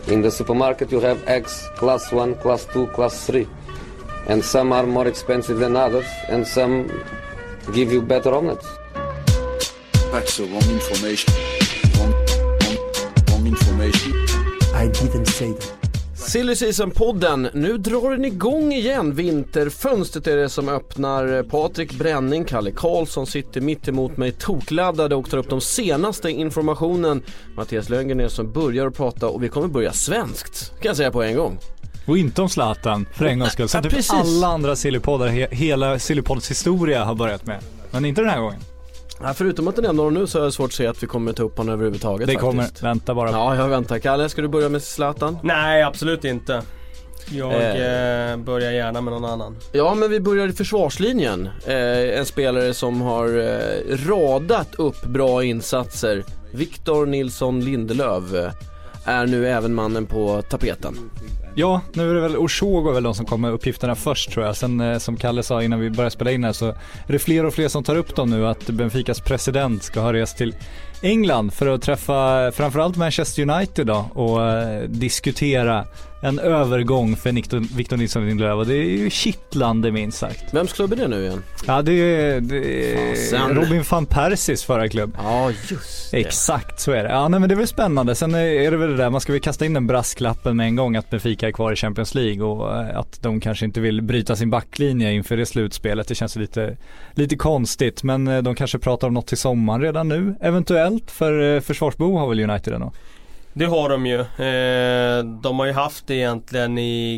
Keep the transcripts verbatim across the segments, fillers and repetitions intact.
In the supermarket you have eggs class one, class two, class three. And some are more expensive than others, and some give you better omelets. That's the wrong information. Wrong, wrong, wrong information. I didn't say that. Silly Season-podden, nu drar den igång igen. Vinterfönstret är det som öppnar. Patrik Bränning, Kalle Karlsson sitter mitt emot mig tokladdade och tar upp de senaste informationen. Mattias Löfgren är som börjar att prata och vi kommer börja svenskt, kan jag säga på en gång. Och inte om Zlatan, för en gångs skull. Så ja, typ alla andra Sillypoddar, he- hela Sillypoddens historia har börjat med. Men inte den här gången. Ja, förutom att du nämner nu så är det svårt att se att vi kommer ta upp honom överhuvudtaget. Det faktiskt. kommer, vänta bara. Ja, jag väntar. Kalle, ska du börja med Zlatan? Nej, absolut inte. Jag Eh. eh, börjar gärna med någon annan. Ja, men vi börjar i försvarslinjen. Eh, en spelare som har eh, radat upp bra insatser. Victor Nilsson Lindelöf eh, är nu även mannen på tapeten. Ja, nu är det väl Ochoa väl de som kommer uppgifterna först, tror jag. Sen eh, som Kalle sa innan vi började spela in här, så är det fler och fler som tar upp dem nu, att Benficas president ska ha rest till England för att träffa framförallt Manchester United då, och eh, diskutera en övergång för Victor, Victor Nilsson Lindelöf. Det är ju kittlande minst sagt. Vems klubb är det nu igen? Ja, det är, det är Fasen. Robin van Persies förra klubb. Ja, just det. Exakt, så är det. Ja, nej, men det är väl spännande. Sen är det väl det där, man ska väl kasta in den brasklappen med en gång att Benfica är kvar i Champions League och att de kanske inte vill bryta sin backlinje inför det slutspelet. Det känns lite, lite konstigt, men de kanske pratar om något till sommaren redan nu, eventuellt, för försvarsbehov har väl United ändå. Det har de ju. Eh, de har ju haft det egentligen i,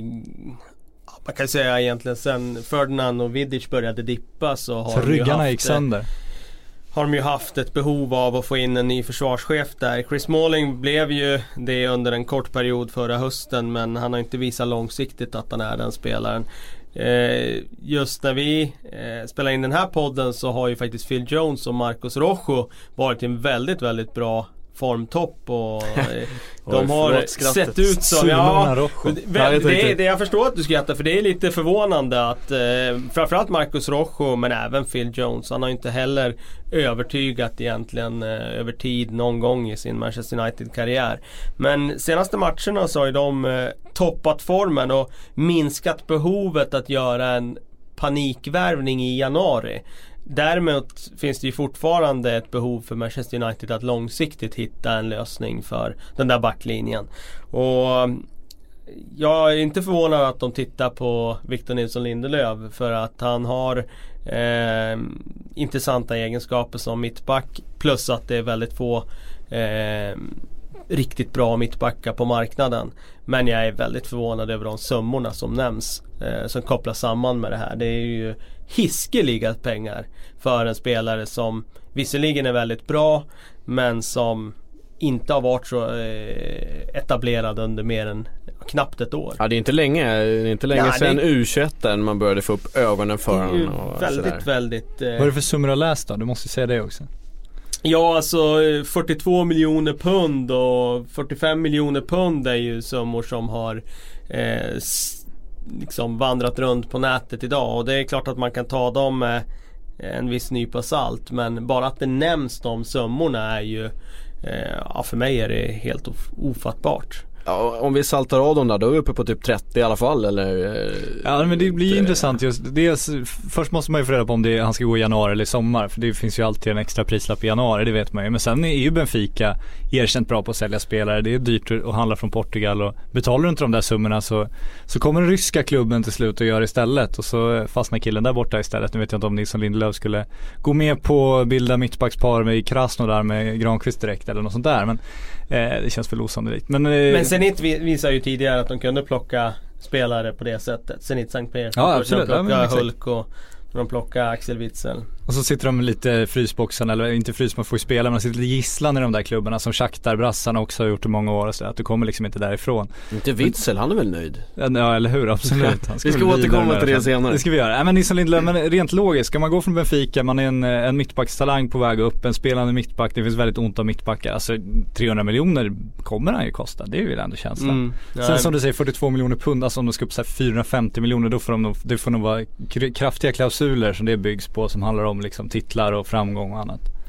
man kan säga egentligen sen Ferdinand och Vidic började dippa, så har så de ju ryggarna haft, gick sönder. har de ju haft ett behov av att få in en ny försvarschef där. Chris Smalling blev ju det under en kort period förra hösten, men han har inte visat långsiktigt att han är den spelaren. Eh, just när vi eh, spelar in den här podden så har ju faktiskt Phil Jones och Marcos Rojo varit en väldigt, väldigt bra formtopp och eh, de har sett ut som ja, det, det, det, det jag förstår att du skrattar, för det är lite förvånande att eh, framförallt Marcos Rojo, men även Phil Jones, han har inte heller övertygat egentligen eh, över tid någon gång i sin Manchester United-karriär. Men senaste matcherna så har ju de eh, toppat formen och minskat behovet att göra en panikvärvning i januari. Däremot finns det ju fortfarande ett behov för Manchester United att långsiktigt hitta en lösning för den där backlinjen. Och jag är inte förvånad att de tittar på Victor Nilsson Lindelöf, för att han har eh, intressanta egenskaper som mittback, plus att det är väldigt få eh, riktigt bra mittbackar på marknaden. Men jag är väldigt förvånad över de summorna som nämns eh, som kopplas samman med det här. Det är ju hiskeliga pengar för en spelare som visserligen är väldigt bra, men som inte har varit så eh, etablerad under mer än knappt ett år. Ja, det är inte länge, det är inte länge ja, sedan det... U tjugoett man började få upp ögonen för honom. Väldigt, sådär. väldigt... Eh... Vad är det för summor du har läst då? Du måste säga det också. Ja, alltså fyrtiotvå miljoner pund och fyrtiofem miljoner pund är ju summor som har eh, s- liksom vandrat runt på nätet idag, och det är klart att man kan ta dem med en viss nypa salt, men bara att det nämns de summorna är ju eh, ja, för mig är det helt of- ofattbart. Ja, om vi saltar av dem där, då är vi uppe på typ trettio i alla fall, eller? Ja, men det blir ju intressant just. Dels, först måste man ju få reda på om det, han ska gå i januari eller sommar, för det finns ju alltid en extra prislapp i januari, det vet man ju. Men sen är ju Benfica erkänt bra på att sälja spelare. Det är dyrt att handla från Portugal, och betalar du inte de där summorna så, så kommer den ryska klubben till slut att göra istället, och så fastnar killen där borta istället. Nu vet jag inte om Nilsson Lindelöf skulle gå med på att bilda mittbackspar med Krasnodar med Granqvist direkt eller något sånt där, men eh, det känns väl osannolikt. Men, eh, men Zenit visar ju tidigare att de kunde plocka spelare på det sättet. Zenit Sankt Petersburg, ja, absolut. de plockade ja, Hulk och de plockade Axel Witsel. Och så sitter de lite frysboxen, eller inte frys, man får ju spela, men de sitter lite gisslan i de där klubbarna som Shakhtar-brassarna också har gjort i många år, så att du kommer liksom inte därifrån. Inte Witsel, han är väl nöjd? Ja, eller hur, absolut. Vi ska återkomma till det senare. Det ska vi göra. Ja, men Nilsson Lindelöf, men rent logiskt, ska man gå från Benfica, man är en, en mittbackstalang på väg upp, en spelande mittback, det finns väldigt ont av mittbackar, alltså trehundra miljoner kommer han ju kosta, det är ju ändå känslan. Mm, sen som du säger, fyrtiotvå miljoner pund, alltså om de ska upp så här fyrahundrafemtio miljoner, då får de nog, det får nog vara kraftiga klausuler som det byggs på, som handlar om liksom titlar och framgång och annat.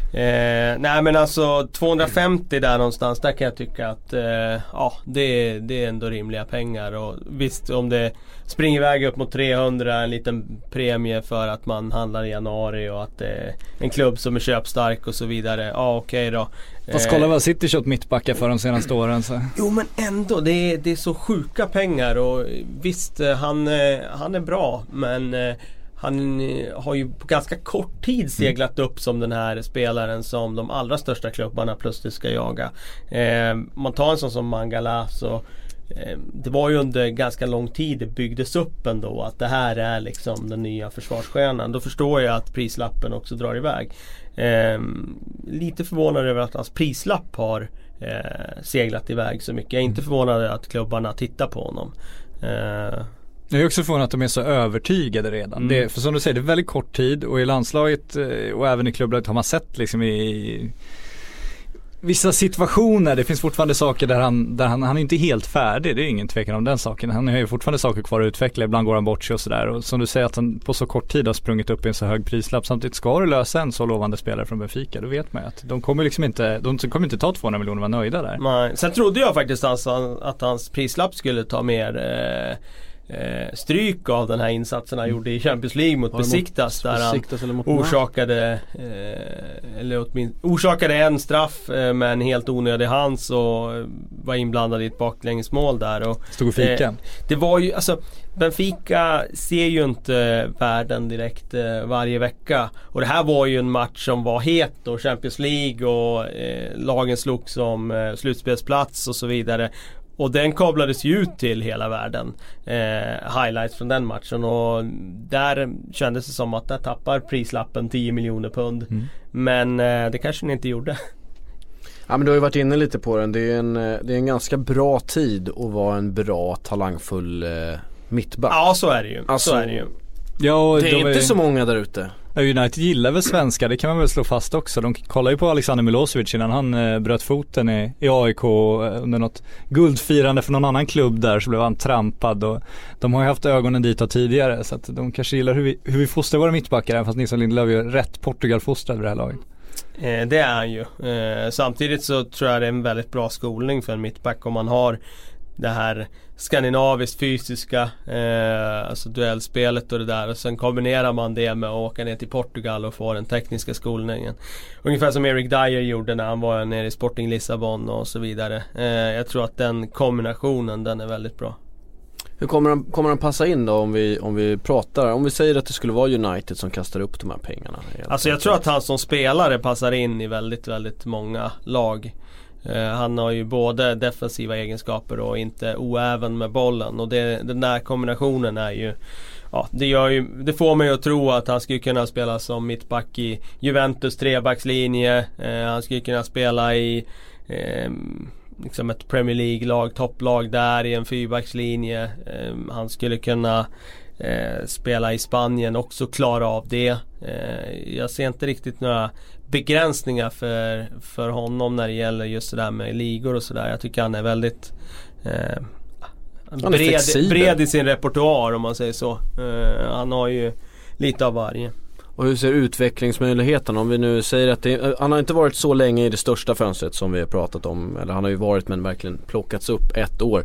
Eh, nej men alltså tvåhundrafemtio där någonstans, där kan jag tycka att eh, ja, det, det är ändå rimliga pengar. Och visst, om det springer iväg upp mot trehundra, en liten premie för att man handlar i januari och att det är en klubb som är köpstark och så vidare. Ja, okej okay då. Fast kolla vad City köpt mittbackar för de senaste åren så. Jo men ändå, det är, det är så sjuka pengar. Och visst, han, han är bra, men han har ju på ganska kort tid seglat upp som den här spelaren som de allra största klubbarna plötsligt ska jaga. Eh, man tar en sån som Mangala, så eh, det var ju under ganska lång tid det byggdes upp ändå att det här är liksom den nya försvarsstjärnan. Då förstår jag att prislappen också drar iväg. Eh, lite förvånad över att hans prislapp har eh, seglat iväg så mycket. Jag är inte förvånad att klubbarna tittar på honom. Eh, Jag är också förvånad att de är så övertygade redan. Mm. Det, för som du säger, det är väldigt kort tid och i landslaget och även i klubblaget har man sett liksom i vissa situationer, det finns fortfarande saker där han, där han, han är inte helt färdig, det är ingen tvekan om den saken. Han har ju fortfarande saker kvar att utveckla, ibland går han bort sig och sådär. Och som du säger att han på så kort tid har sprungit upp i en så hög prislapp, samtidigt ska du lösa en så lovande spelare från Benfica, då vet man ju att de kommer liksom inte, de kommer inte ta tvåhundra miljoner och vara nöjda där. Nej. Sen trodde jag faktiskt alltså att hans prislapp skulle ta mer eh... Eh, stryk av den här insatsen han gjorde i Champions League mot Besiktas, där han eller mot orsakade eh, eller åtmin- orsakade en straff eh, med en helt onödig hands och var inblandad i ett baklängesmål där och stod och fika. Eh, det var ju alltså, Benfica ser ju inte världen direkt eh, varje vecka, och det här var ju en match som var het och Champions League och eh, lagen slogs om eh, slutspelsplats och så vidare. Och den kablades ju ut till hela världen. Eh, highlights från den matchen. Och där kändes det som att där tappar prislappen tio miljoner pund. Mm. Men eh, det kanske den inte gjorde. Ja, men du har ju varit inne lite på den. Det är en, det är en ganska bra tid att vara en bra, talangfull eh, mittback. Ja, så är det ju. Alltså, så är det ju. Ja, det är inte är... så många där ute. United gillar väl svenskar, det kan man väl slå fast också. De kollar ju på Alexander Milosevic innan han eh, bröt foten i, i A I K eh, under något guldfirande för någon annan klubb där, så blev han trampad, och de har ju haft ögonen dit av tidigare, så att de kanske gillar hur vi, hur vi fostrar våra mittbackar, även fast Nilsson Lindelöf är rätt Portugal-fostrad vid det här laget. Eh, det är han ju. Eh, samtidigt så tror jag det är en väldigt bra skolning för en mittback om man har det här skandinaviskt fysiska eh, alltså duellspelet och det där, och sen kombinerar man det med att åka ner till Portugal och få den tekniska skolningen, ungefär som Eric Dyer gjorde när han var nere i Sporting Lissabon och så vidare. eh, jag tror att den kombinationen, den är väldigt bra. Hur kommer han, kommer han passa in då om vi, om vi pratar, om vi säger att det skulle vara United som kastar upp de här pengarna? Alltså jag tror att han som spelare passar in i väldigt, väldigt många lag. Uh, han har ju både defensiva egenskaper och inte oäven med bollen, och det, den där kombinationen är ju, ja, det gör ju, det får mig att tro att han skulle kunna spela som mittback i Juventus trebackslinje. uh, han skulle kunna spela i uh, liksom ett Premier League-lag, topplag där i en fyrbackslinje. uh, han skulle kunna uh, spela i Spanien, också klara av det. uh, jag ser inte riktigt några begränsningar för, för honom när det gäller just det där med ligor och sådär. Jag tycker han är väldigt eh, han bred, är bred i sin repertoar, om man säger så. Eh, han har ju lite av varje. Och hur ser utvecklingsmöjligheten, om vi nu säger att det, han har inte varit så länge i det största fönstret som vi har pratat om, eller han har ju varit men verkligen plockats upp ett år.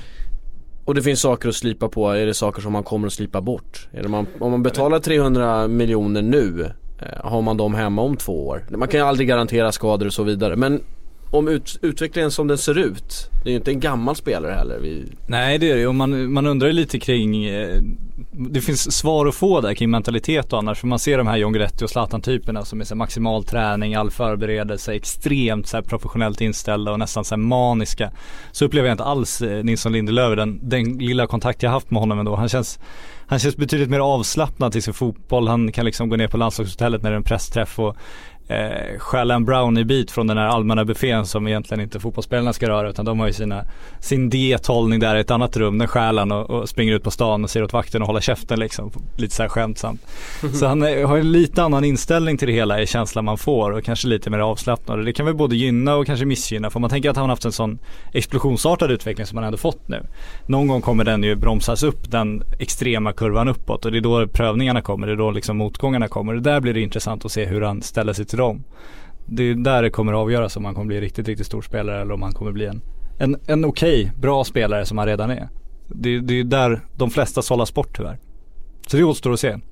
Och det finns saker att slipa på. Är det saker som man kommer att slipa bort? Är det man, om man betalar trehundra miljoner nu, har man dem hemma om två år? Man kan ju aldrig garantera skador och så vidare, men om ut, utvecklingen som den ser ut, det är ju inte en gammal spelare heller. Vi... Nej, det är det, och man, man undrar lite kring eh, det finns svar att få där kring mentalitet och annars, för man ser de här John Guidetti och Zlatan-typerna som är så maximal träning, all förberedelse, extremt så här professionellt inställda och nästan så här maniska. Så upplever jag inte alls eh, Nilsson Lindelöf, den, den lilla kontakt jag haft med honom ändå. Han känns Han känns betydligt mer avslappnad i sin fotboll. Han kan liksom gå ner på landslagshotellet när det är en pressträff och eh, stjäla en brownie-bit från den här allmänna buffén som egentligen inte fotbollsspelarna ska röra, utan de har ju sina, sin diethållning där i ett annat rum, den stjälan och, och springer ut på stan och ser åt vakten och håller käften liksom, lite så här skämtsamt. Så han är, har en lite annan inställning till det hela i känslan man får, och kanske lite mer avslappnad. Det kan väl både gynna och kanske missgynna, för man tänker att han har haft en sån explosionsartad utveckling som han ändå fått nu. Någon gång kommer den ju bromsas upp, den extrema kurvan uppåt, och det är då prövningarna kommer, det är då liksom motgångarna kommer. Det där blir det intressant att se hur han ställer sig till dem. Det är där det kommer att avgöras om man kommer bli riktigt, riktigt stor spelare eller om man kommer bli en, en, en okej, bra spelare som han redan är. Det, det är där de flesta sållas bort tyvärr. Så det återstår att se.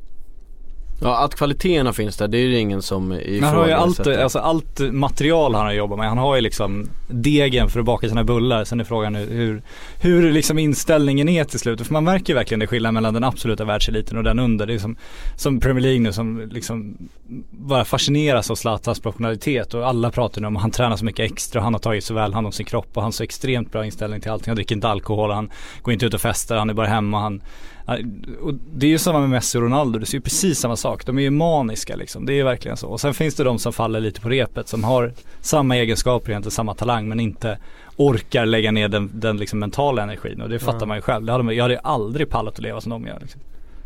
Ja, att kvaliteterna finns där, det är ju ingen som i han har ju allt, alltså allt material han har jobbat med. Han har ju liksom degen för att baka sina bullar. Sen är frågan hur, hur liksom inställningen är till slut. För man märker ju verkligen det skillnaden mellan den absoluta världseliten och den under. Det är som, som Premier League nu som liksom bara fascineras av Zlatans professionalitet. Och alla pratar nu om att han tränar så mycket extra. Och han har tagit så väl hand om sin kropp. Och han har så extremt bra inställning till allting. Han dricker inte alkohol. Han går inte ut och festar. Han är bara hemma. Han och det är ju samma med Messi och Ronaldo. Det är ju precis samma sak. De är ju maniska liksom. Det är ju verkligen så. Och sen finns det de som faller lite på repet, som har samma egenskaper, egentligen samma talang, men inte orkar lägga ner den, den liksom mentala energin. Och det fattar mm. man ju själv. Det hade, jag hade aldrig pallat att leva som de gör liksom.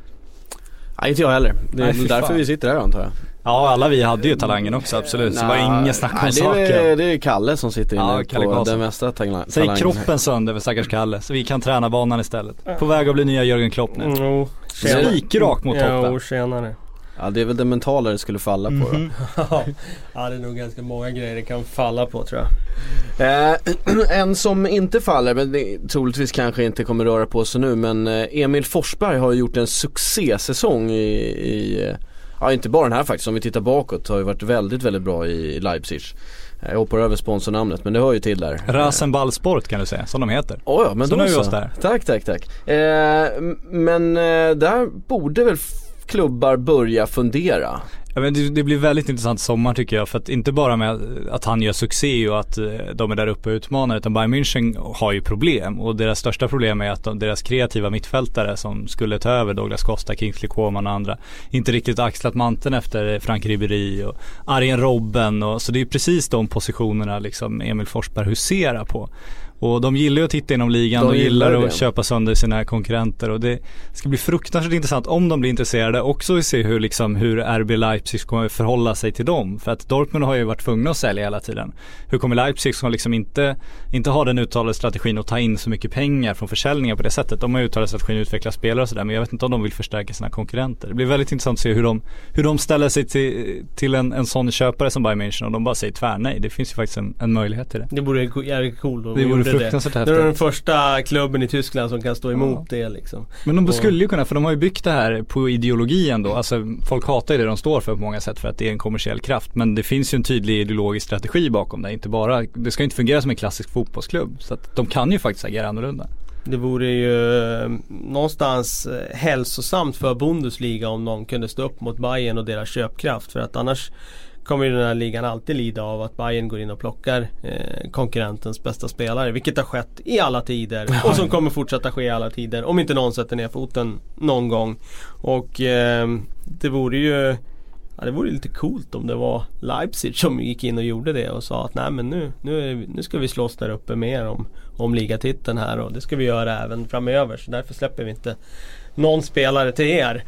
Nej, inte jag heller. Det är Nej, därför vi sitter här, antar jag. Ja, alla vi hade ju talangen också, absolut. Så det var inget snack om nej, saker. Det är, det är Kalle som sitter inne ja, Kalle på Karlsson. Den mesta talangen. Säg kroppen sönder för stackars Kalle, så vi kan träna banan istället. På väg att bli nya Jörgen Klopp nu. Mm, Spikrak mot toppen. Ja, tjänare. Ja, det är väl det mentala det skulle falla på mm-hmm. då. Ja, det är nog ganska många grejer det kan falla på, tror jag. Eh, en som inte faller, men det, troligtvis kanske inte kommer röra på sig nu, men eh, Emil Forsberg har gjort en succésäsong i, i ja, inte bara den här faktiskt, om vi tittar bakåt, har ju varit väldigt, väldigt bra i Leipzig. Jag hoppar över sponsornamnet, men det hör ju till där. Rasenballsport kan du säga, som de heter. Oh ja, men så då nu är vi så. oss där. Tack, tack, tack. Eh, men eh, där borde väl klubbar börja fundera. Ja, men det, det blir väldigt intressant sommar tycker jag, för att inte bara med att han gör succé och att de är där uppe och utmanar, utan Bayern München har ju problem, och deras största problem är att de, deras kreativa mittfältare som skulle ta över Douglas Costa, Kingsley Coman och andra inte riktigt axlat manteln efter Frank Ribéry och Arjen Robben, och så det är precis de positionerna liksom Emil Forsberg huserar på. Och de gillar ju att titta inom ligan, de, de gillar, gillar att köpa sönder sina konkurrenter, och det ska bli fruktansvärt intressant om de blir intresserade också att se hur, liksom, hur R B Leipzig kommer förhålla sig till dem. För att Dortmund har ju varit tvungna att sälja hela tiden. Hur kommer Leipzig som liksom inte, inte har den uttalade strategin att ta in så mycket pengar från försäljningar på det sättet? De har ju uttalat strategin att utveckla spelare och sådär, men jag vet inte om de vill förstärka sina konkurrenter. Det blir väldigt intressant att se hur de, hur de ställer sig till, till en, en sån köpare som Bayern München, och de bara säger tvär nej. Det finns ju faktiskt en, en möjlighet till det. Det vore jävligt coolt. Det vore fruktansvärt häftigt. Det är den första klubben i Tyskland som kan stå emot ja. det liksom. Men de skulle ju kunna, för de har ju byggt det här på ideologi ändå. Alltså folk hatar ju det de står för på många sätt, för att det är en kommersiell kraft. Men det finns ju en tydlig ideologisk strategi bakom det. Inte bara, det ska inte fungera som en klassisk fotbollsklubb. Så att de kan ju faktiskt agera annorlunda. Det vore ju eh, någonstans eh, hälsosamt för Bundesliga om någon kunde stå upp mot Bayern och deras köpkraft. För att annars kommer ju den här ligan alltid lida av att Bayern går in och plockar eh, konkurrentens bästa spelare, vilket har skett i alla tider och som kommer fortsätta ske i alla tider om inte någon sätter ner foten någon gång. Och eh, det vore ju ja, det vore lite coolt om det var Leipzig som gick in och gjorde det och sa att nej, men nu, nu, är, nu ska vi slåss där uppe mer om, om ligatiteln här, och det ska vi göra även framöver, så därför släpper vi inte någon spelare till er.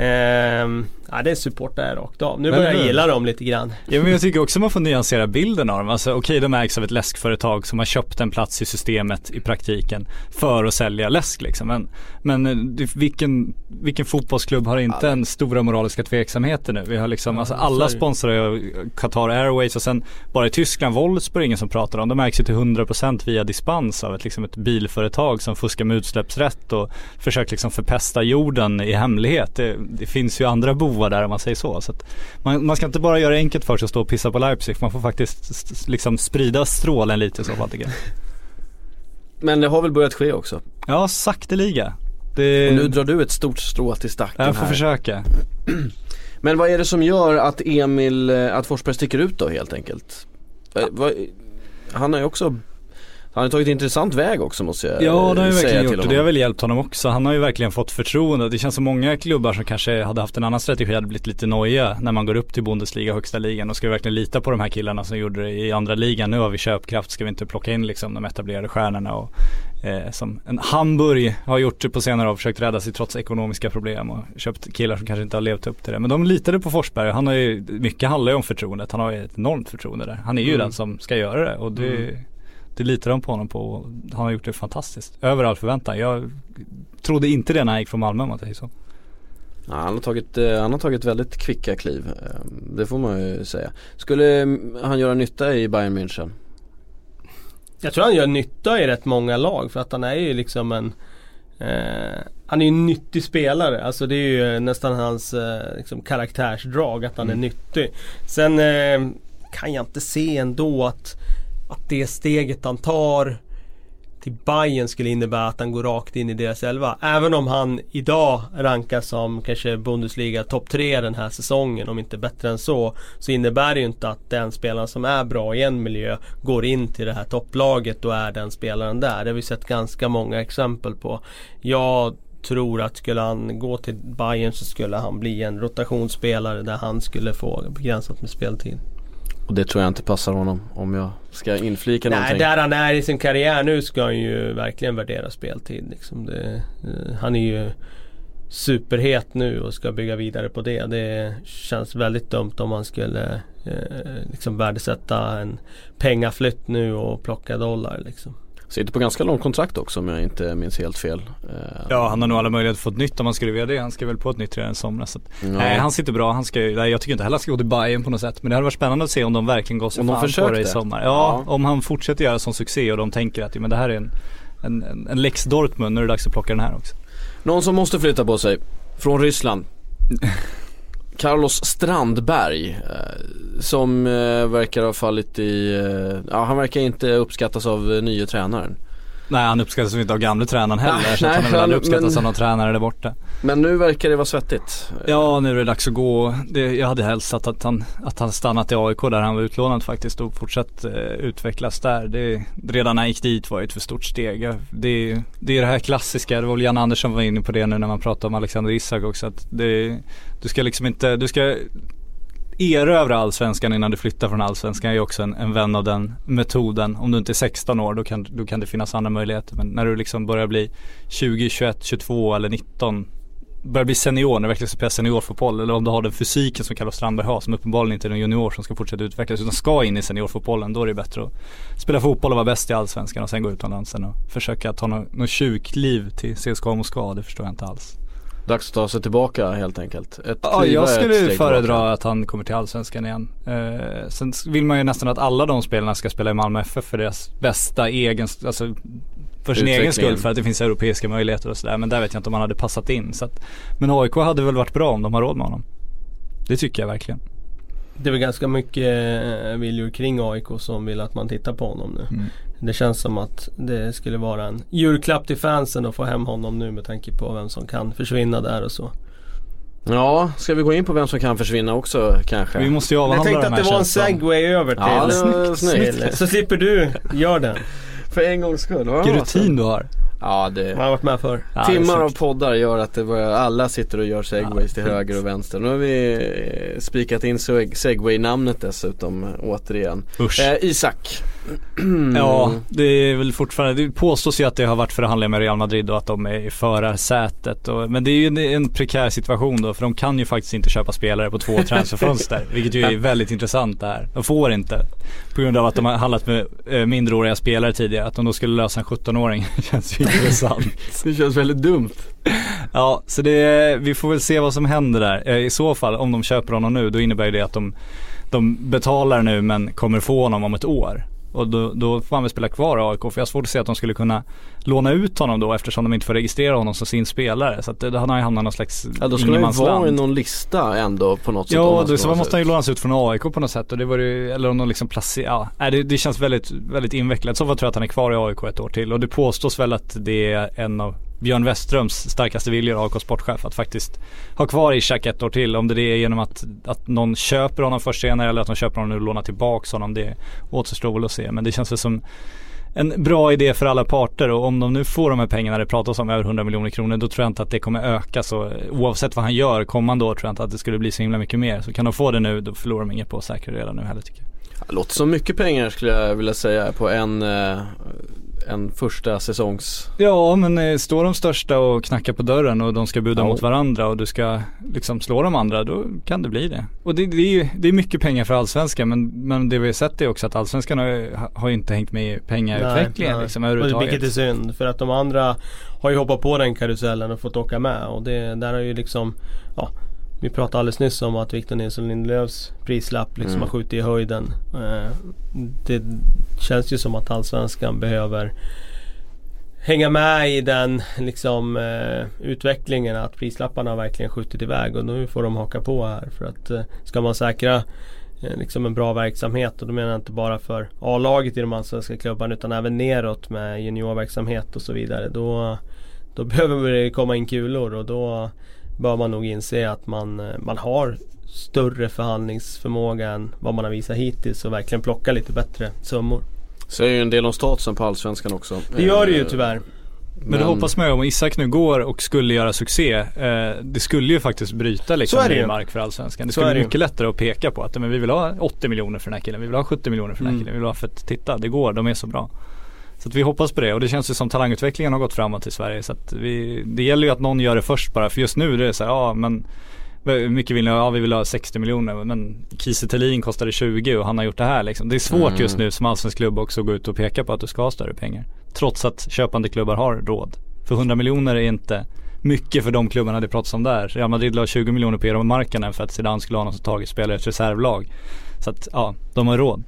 Ehm, ja, det är support där rakt av. Nu men, börjar jag gilla dem lite grann. Ja, men jag tycker också man får nyansera bilden av dem. Alltså, okej, okay, de ägs av ett läskföretag som har köpt en plats i systemet i praktiken för att sälja läsk liksom. Men, men vilken, vilken fotbollsklubb har inte en stora moraliska tveksamheter nu? Vi har liksom, alltså, alla sponsrar Qatar Airways, och sen bara i Tyskland, Wolfsburg, ingen som pratar om. De ägs ju till hundra procent via dispens av ett, liksom ett bilföretag som fuskar med utsläppsrätt och försöker liksom förpesta jorden i hemlighet. Det, det finns ju andra bovar där om man säger så. Så att man, man ska inte bara göra enkelt för sig att stå och pissa på Leipzig. Man får faktiskt liksom sprida strålen lite så fall, tycker jag. Men det har väl börjat ske också? Ja, sakteliga. Det... Och nu drar du ett stort strå till stacken. Jag får här. försöka. Men vad är det som gör att Emil, att Forsberg sticker ut då helt enkelt? Ja. Han har ju också Han har tagit en intressant väg också, måste jag säga. Ja, det har ju verkligen gjort, honom. och det har väl hjälpt honom också. Han har ju verkligen fått förtroende. Det känns som många klubbar som kanske hade haft en annan strategi hade blivit lite nojiga när man går upp till Bundesliga, högsta ligan, och ska vi verkligen lita på de här killarna som gjorde det i andra ligan. Nu har vi köpkraft, ska vi inte plocka in liksom de etablerade stjärnorna, och eh, som en Hamburg har gjort på senare år, försökt rädda sig trots ekonomiska problem och köpt killar som kanske inte har levt upp till det. Men de litade på Forsberg, och han har ju, mycket handlar ju om förtroendet. Han har ju ett enormt förtroende där. Han är ju mm. den som ska göra det, och det mm. Det litar de på honom på, och han har gjort det fantastiskt. Över all förväntan. Jag trodde inte det när jag gick från Malmö, om att det är så. Ja, han, har tagit, han har tagit väldigt kvicka kliv. Det får man ju säga. Skulle han göra nytta i Bayern München? Jag tror han gör nytta i rätt många lag. För att han är ju liksom en eh, han är ju en nyttig spelare. Alltså det är ju nästan hans eh, liksom karaktärsdrag att han mm. är nyttig. Sen eh, kan jag inte se ändå att, att det steget han tar till Bayern skulle innebära att han går rakt in i deras elva. Även om han idag rankas som kanske Bundesliga topp tre den här säsongen, om inte bättre än så, så innebär det ju inte att den spelaren som är bra i en miljö går in till det här topplaget och är den spelaren där. Det har vi sett ganska många exempel på. Jag tror att skulle han gå till Bayern så skulle han bli en rotationsspelare där han skulle få begränsat med speltid. Och det tror jag inte passar honom, om jag ska inflika Nej, någonting. Där han är i sin karriär nu ska han ju verkligen värdera speltid liksom. det, uh, Han är ju superhet nu och ska bygga vidare på det. Det känns väldigt dumt om man skulle uh, liksom värdesätta en pengaflytt nu och plocka dollar liksom. Sitter på ganska långt kontrakt också, om jag inte minns helt fel. Ja, han har nog alla möjligheter att få ett nytt om man skulle vilja det. Han ska väl på ett nytt redan i somras. Ja. Nej, han sitter bra. Han ska, nej, jag tycker inte heller han ska gå till Bayern på något sätt. Men det hade varit spännande att se om de verkligen går sig fan på det i sommar. Ja, ja, om han fortsätter göra sån succé och de tänker att men det här är en, en, en, en Lex Dortmund, när det är dags att plocka den här också. Någon som måste flytta på sig från Ryssland. Carlos Strandberg eh, som eh, verkar ha fallit i eh, ja, han verkar inte uppskattas av eh, nya tränaren. Nej, han uppskattas inte av gamla tränaren heller. Nej, så nej, han är väl aldrig uppskattas men, av någon tränare där borta. Men nu verkar det vara svettigt. Ja, nu är det dags att gå. Det, jag hade helst att, att, han, att han stannat i A I K där han var utlånad faktiskt och fortsatt eh, utvecklas där. Det, redan när han gick dit var ett för stort steg. Det, det är det här klassiska. Det var väl Jan Andersson var inne på det nu när man pratar om Alexander Isak också. Att det, du ska liksom inte... Du ska erövra allsvenskan innan du flyttar från allsvenskan. Jag är också en, en vän av den metoden. Om du inte är sexton år då kan, då kan det finnas andra möjligheter. Men när du liksom börjar bli tjugo, tjugoett, tjugotvå eller nitton, börjar bli senior, när du verkligen ska spela seniorfotboll, eller om du har den fysiken som Carlos Strandberg har, som uppenbarligen inte är en junior som ska fortsätta utvecklas utan ska in i seniorfotbollen, då är det bättre att spela fotboll och vara bäst i allsvenskan och sen gå utomlands sen och försöka ta något, något tjukliv till C S K A Moskva. Det förstår jag inte alls. Dags att ta sig tillbaka helt enkelt. Ett ja, jag skulle föredra tillbaka. Att han kommer till allsvenskan igen. Eh, sen vill man ju nästan att alla de spelarna ska spela i Malmö F F för deras bästa egen, alltså för sin egen skull, för att det finns europeiska möjligheter och sådär. Men där vet jag inte om han hade passat in. Så att, men A I K hade väl varit bra om de har råd med honom. Det tycker jag verkligen. Det är väl ganska mycket viljor kring A I K som vill att man tittar på honom nu. Mm. Det känns som att det skulle vara en julklapp till fansen att få hem honom nu med tanke på vem som kan försvinna där och så. Ja, ska vi gå in på vem som kan försvinna också kanske? Vi måste ju avhandla. Jag tänkte att det var en segway över till. Ja, det var snyggt. Så slipper du göra den. För en gångs skull. Vilken rutin du har. Ja, det... Man har varit med för. Ja, timmar av poddar gör att det var, alla sitter och gör segways ja, till höger och vänster. Nu har vi spikat in segway-namnet dessutom återigen. Eh, Isak. Ja, det är väl fortfarande, det påstås ju att det har varit förhandlingar med Real Madrid och att de är i förarsätet och, men det är ju en, en prekär situation då, för de kan ju faktiskt inte köpa spelare på två transferfönster, vilket ju är väldigt intressant där. De får inte, på grund av att de har handlat med eh, mindreåriga spelare tidigare, att de då skulle lösa en sjutton-åring känns ju intressant. Det känns väldigt dumt. Ja, så det, vi får väl se vad som händer där. I så fall, om de köper honom nu, då innebär det att de, de betalar nu men kommer få honom om ett år. Och då, då får han väl spela kvar i A I K, för jag har svårt att se att de skulle kunna låna ut honom då, eftersom de inte får registrera honom som sin spelare. Så att det, då hade han ju hamnat någon slags ja, då skulle han vara i någon lista ändå på något sätt. Ja, då, så man måste han ju lånas ut från A I K på något sätt. Och det var ju, eller om de liksom placerar, ja, det, det känns väldigt, väldigt invecklat. Så jag tror att han är kvar i A I K ett år till. Och det påstås väl att det är en av Björn Weströms starkaste viljor, A I K sportchef, att faktiskt ha kvar Isak ett år till. Om det är genom att, att någon köper honom först senare eller att de köper honom och lånar tillbaka honom, det återstår väl att se. Men det känns som en bra idé för alla parter, och om de nu får de här pengarna, det pratas om över hundra miljoner kronor, då tror jag inte att det kommer öka. Så oavsett vad han gör kommande år tror jag inte att det skulle bli så himla mycket mer. Så kan de få det nu, då förlorar de inget på att säkra redan nu heller, tycker jag. Det låter som mycket pengar skulle jag vilja säga på en, en första säsongs... Ja, men eh, står de största och knackar på dörren och de ska buda ja. mot varandra och du ska liksom slå de andra, då kan det bli det. Och det, det är ju det är mycket pengar för Allsvenskan, men, men det vi har sett är också att Allsvenskan har, har inte hängt med i pengautvecklingen liksom, överhuvudtaget. Vilket är synd, för att de andra har ju hoppat på den karusellen och fått åka med, och det där har ju liksom, ja, vi pratade alldeles nyss om att Victor Nilsson Lindelöfs prislapp liksom mm. har skjutit i höjden. Eh, det känns ju som att Allsvenskan behöver hänga med i den liksom eh, utvecklingen, att prislapparna har verkligen skjutit iväg, och nu får de haka på här, för att eh, ska man säkra eh, liksom en bra verksamhet, och då menar jag inte bara för A-laget i de allsvenska klubbarna utan även neråt med juniorverksamhet och så vidare, då, då behöver det komma in kulor, och då bör man nog inse att man, man har större förhandlingsförmåga än vad man har visat hittills, och verkligen plocka lite bättre summor. Så är ju en del om statusen på Allsvenskan också. Det gör det ju tyvärr. Men, men det hoppas man ju, om Isak nu går och skulle göra succé, eh, det skulle ju faktiskt bryta liksom ny mark för Allsvenskan. Det skulle bli mycket lättare att peka på att men vi vill ha åttio miljoner för den här killen, vi vill ha sjuttio miljoner för den här killen, mm. vi vill ha för att titta, det går, de är så bra. Så att vi hoppas på det, och det känns ju som talangutvecklingen har gått framåt i Sverige, så att vi, det gäller ju att någon gör det först bara, för just nu är det så här, ja men hur mycket vill ni ha? Ja, vi vill ha sextio miljoner, men Kiese Thelin kostade tjugo och han har gjort det här liksom. Det är svårt mm. just nu som allsvensk klubb också att gå ut och peka på att du ska ha större pengar, trots att köpande klubbar har råd. För hundra miljoner är inte mycket för de klubbarna det pratas om där. Real Madrid la tjugo miljoner på Eero Markkanen för att Zidane skulle ha någon som tagit spelare i ett reservlag. Så att ja, de har råd.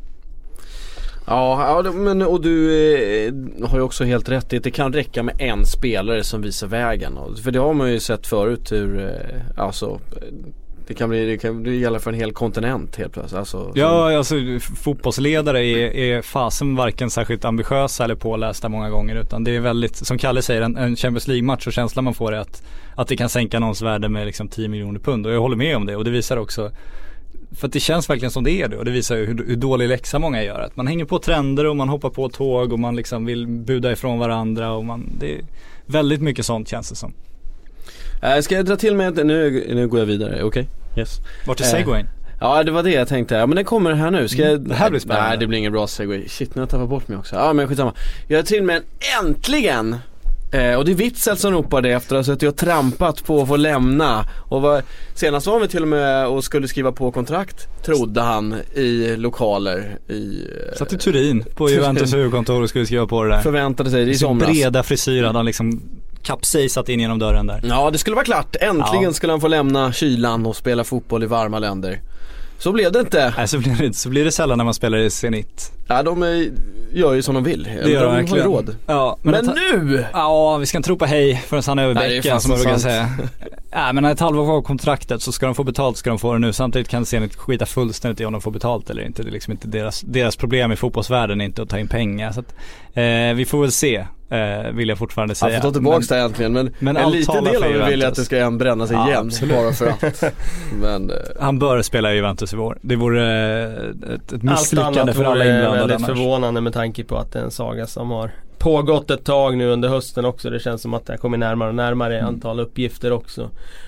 Ja, ja men, och du eh, har ju också helt rätt i att det kan räcka med en spelare som visar vägen. För det har man ju sett förut hur, eh, alltså, det kan bli, det kan bli gälla för en hel kontinent helt plötsligt. Alltså, ja, som... alltså fotbollsledare är, är fasen varken särskilt ambitiösa eller pålästa många gånger, utan det är väldigt, som Kalle säger, en, en Champions League-match, och känslan man får är att, att det kan sänka någons värde med liksom tio miljoner pund, och jag håller med om det, och det visar också. För att det känns verkligen som det är det, och det visar ju hur, hur dålig läxa många gör. Att man hänger på trender och man hoppar på tåg och man liksom vill buda ifrån varandra, och man, det är väldigt mycket sånt känns det som. Äh, ska jag dra till med att nu, nu går jag vidare, okej? Okay? Yes. Vart är segwayn? Äh, ja, det var det jag tänkte. Ja, men den kommer här nu. Ska jag... Det här blir spännande. Nej, det blir ingen bra segway. Shit, nu har jag tappat bort mig också. Ja, men skitsamma. Jag är till med en äntligen! Eh, och det är Witzel som ropar det efter att jag har trampat på att få lämna. Och var, senast var vi till och med och skulle skriva på kontrakt, trodde han, i lokaler i, eh, satt i Turin på Juventus huvudkontor och skulle skriva på det där. Förväntade sig det i somras. Breda frisyr hade han liksom kapsejsat in genom dörren där. Ja, det skulle vara klart. Äntligen ja. Skulle han få lämna kylan och spela fotboll i varma länder. Så blev det inte. Nej, så blir det, så blir det sällan när man spelar i Zenit. Ja, de är, gör ju som de vill. Det gör de verkligen. Har råd. Ja, men men att, nu! Ja, vi ska inte tro på hej förrän han är över bäcken, som man brukar säga. Ja, men när ett halvår av kontraktet så ska de få betalt, ska de få det nu. Samtidigt kan Zenit skita fullständigt i om de får betalt eller inte. Det är liksom inte deras, deras problem i fotbollsvärlden är inte att ta in pengar. Så att, eh, vi får väl se. Uh, vill jag fortfarande säga. Jag får ta tillbaka det egentligen, men, men en liten del av det vill jag att det ska bränna sig ja, igen bara för att. Men, uh... han bör spela i Juventus i vår. Det vore uh, ett, ett misslyckande för alla inblandade. Det är väldigt annars. Förvånande med tanke på att det är en saga som har pågått ett tag nu under hösten också. Det känns som att det kommer närmare och närmare mm. antal uppgifter också.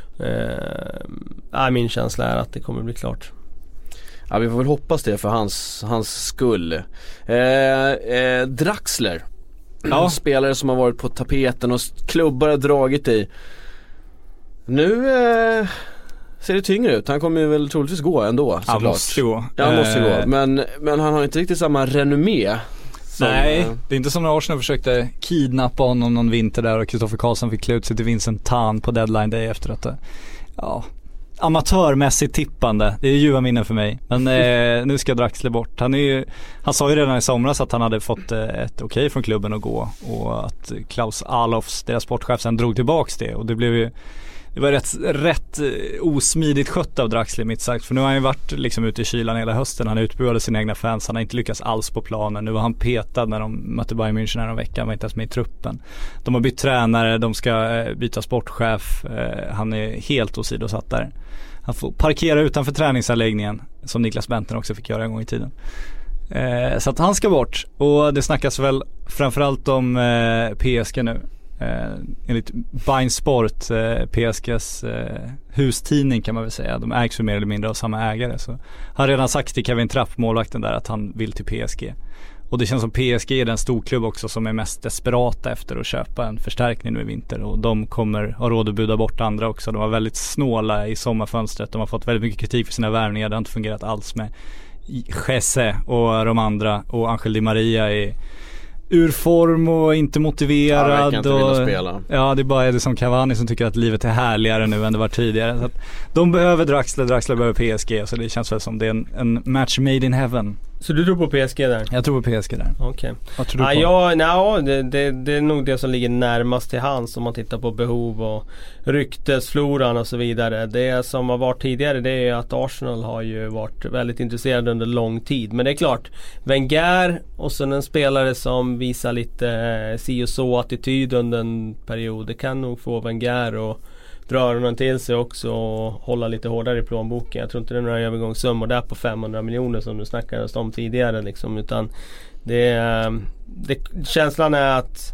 Uh, min känsla är att det kommer bli klart. Ja, vi får väl hoppas det för hans, hans skull. Uh, uh, Draxler, ja. Spelare som har varit på tapeten och klubbar har dragit i. Nu eh, ser det tyngre ut. Han kommer ju väl troligtvis gå ändå, såklart. Han måste gå. Ja, han måste gå. Men, men han har inte riktigt samma renommé. Som, nej, eh, det är inte som när Arsenal försökte kidnappa honom någon vinter där och Kristoffer Karlsson fick klä ut sig till Vincent Tan på deadline day efter att ja, amatörmässigt tippande. Det är ljuva minnen för mig. Men eh, nu ska Draxler bort. Han, är ju, han sa ju redan i somras att han hade fått eh, ett okej från klubben att gå, och att Klaus Alofs, deras sportchef, sen drog tillbaks det, och det blev ju det var rätt, rätt osmidigt skött av Draxler, mitt sagt. För nu har han ju varit liksom ute i kylan hela hösten. Han utbuade sina egna fans. Han har inte lyckats alls på planen. Nu var han petad när de mötte Bayern München här en vecka. Han var inte ens med i truppen. De har bytt tränare. De ska byta sportchef. Han är helt åsidosatt där. Han får parkera utanför träningsanläggningen, som Niklas Bentner också fick göra en gång i tiden. Så att han ska bort. Och det snackas väl framförallt om P S G nu. Eh, enligt Bein Sport, eh, P S G:s eh, hustidning kan man väl säga, de ägs ju mer eller mindre av samma ägare, så han har redan sagt till Kevin Trapp, målvakten där, att han vill till P S G. Och det känns som P S G är den storklubb också som är mest desperata efter att köpa en förstärkning nu i vinter. Och de kommer ha råd att buda bort andra också. De var väldigt snåla i sommarfönstret. De har fått väldigt mycket kritik för sina värvningar. Det har inte fungerat alls med Jesse och de andra. Och Angel Di Maria är ur form och inte motiverad. Ja, inte och, spela. Ja, det är bara Edison Cavani som tycker att livet är härligare nu än det var tidigare. Så att de behöver Draxler, Draxler behöver P S G. Så det känns väl som det är en, en match made in heaven. Så du tror på P S G där? Jag tror på P S G där. Okej. Okay. Vad tror du ah, på? Ja, no, det, det, det är nog det som ligger närmast till hands om man tittar på behov och ryktesfloran och så vidare. Det som har varit tidigare, det är att Arsenal har ju varit väldigt intresserade under lång tid. Men det är klart, Wenger och sen en spelare som visar lite eh, si och så attityd under en period. Det kan nog få Wenger och dra öronen till sig också och hålla lite hårdare i plånboken. Jag tror inte det är några övergångssummor där på femhundra miljoner som du snackade om tidigare liksom, utan det, det, känslan är att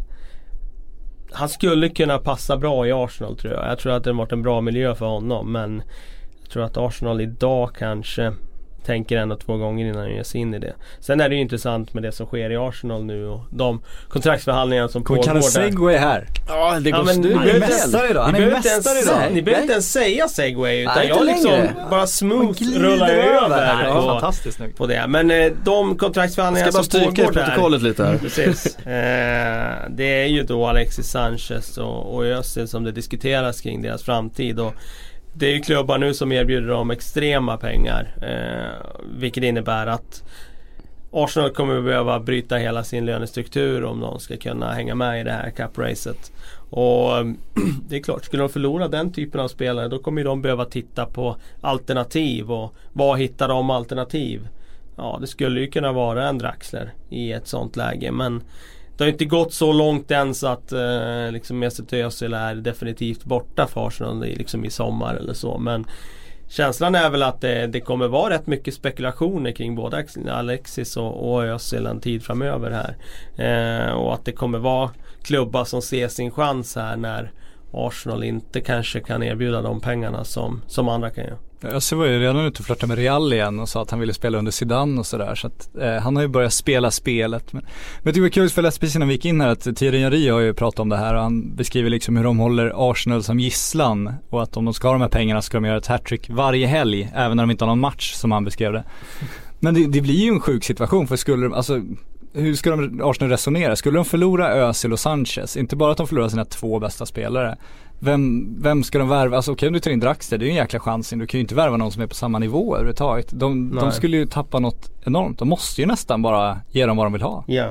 han skulle kunna passa bra i Arsenal, tror jag. Jag tror att det har varit en bra miljö för honom, men jag tror att Arsenal idag kanske tänker en och två gånger innan han ger sig in i det. Sen är det ju intressant med det som sker i Arsenal nu och de kontraktsförhandlingar som pågår där. Kan du segway här? Ja, det går ja, men nu. Han är mästare idag. Han är mästare idag. Ni behöver inte ens säga segway, utan Nej, jag liksom längre. bara smooth rullar över ja, på, fantastiskt snyggt. på det. Men eh, de kontraktsförhandlingar som som pågår där, protokollet lite här. Precis. Eh, det är ju då Alexis Sanchez och, och Özil som det diskuteras kring deras framtid, och det är ju klubbar nu som erbjuder dem extrema pengar, eh, vilket innebär att Arsenal kommer att behöva bryta hela sin lönestruktur om de ska kunna hänga med i det här cup-racet. Och det är klart, skulle de förlora den typen av spelare, då kommer de behöva titta på alternativ. Och vad hittar de alternativ? Ja, det skulle ju kunna vara en Draxler i ett sånt läge, men det har inte gått så långt än så att eh, liksom Mesut Özil är definitivt borta för Arsenal liksom i sommar eller så. Men känslan är väl att det, det kommer vara rätt mycket spekulationer kring både Alexis och, och Özil en tid framöver här. Eh, och att det kommer vara klubbar som ser sin chans här när Arsenal inte kanske kan erbjuda de pengarna som, som andra kan göra. Özil var ju redan ute och flörtade med Real igen och sa att han ville spela under Zidane och sådär, så att eh, han har ju börjat spela spelet. Men, men jag tycker det var kul, för jag läste precis innan vi gick in här att Thierry Henry har ju pratat om det här och han beskriver liksom hur de håller Arsenal som gisslan och att om de ska ha de här pengarna ska de göra ett hattrick varje helg, även när de inte har någon match, som han beskrev det. Men det, det blir ju en sjuk situation, för skulle de, alltså hur ska de Arsenal resonera? Skulle de förlora Özil och Sanchez, inte bara att de förlorar sina två bästa spelare, Vem, vem ska de värva? Alltså okej, om du tar in Draxler, det är ju en jäkla chans. Du kan ju inte värva någon som är på samma nivå överhuvudtaget. De, de skulle ju tappa något enormt. De måste ju nästan bara ge dem vad de vill ha. Ja.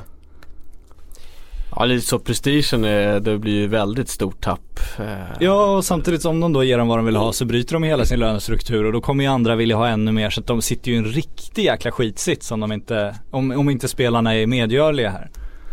Ja, lite så prestigen är, det blir ju väldigt stort tapp. Ja, och samtidigt som de då ger dem vad de vill ha så bryter de hela sin lönestruktur och då kommer ju andra vilja ha ännu mer, så att de sitter ju i en riktig jäkla skitsits om de inte, om, om inte spelarna är medgörliga här.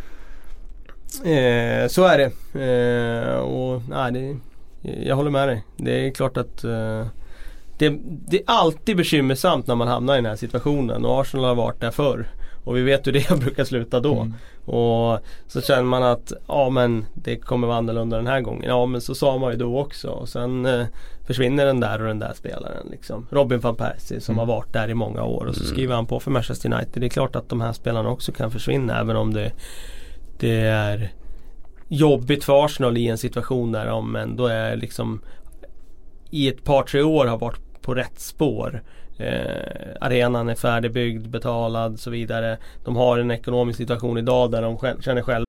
Eh, så är det. Eh, och nej, det, jag håller med dig. Det är klart att eh, det, det är alltid bekymmersamt när man hamnar i den här situationen, och Arsenal har varit där förr. Och vi vet hur det brukar sluta då. Mm. Och så känner man att ja, men det kommer vara annorlunda den här gången. Ja, men så sa man ju då också. Och sen eh, försvinner den där och den där spelaren liksom. Robin van Persie som mm. har varit där i många år. Och så skriver han på för Manchester United. Det är klart att de här spelarna också kan försvinna, även om det, det är jobbigt för Arsenal i en situation där de ändå är liksom i ett par tre år har varit på rätt spår. Eh, arenan är färdigbyggd, betalad och så vidare. De har en ekonomisk situation idag där de själv, känner själv.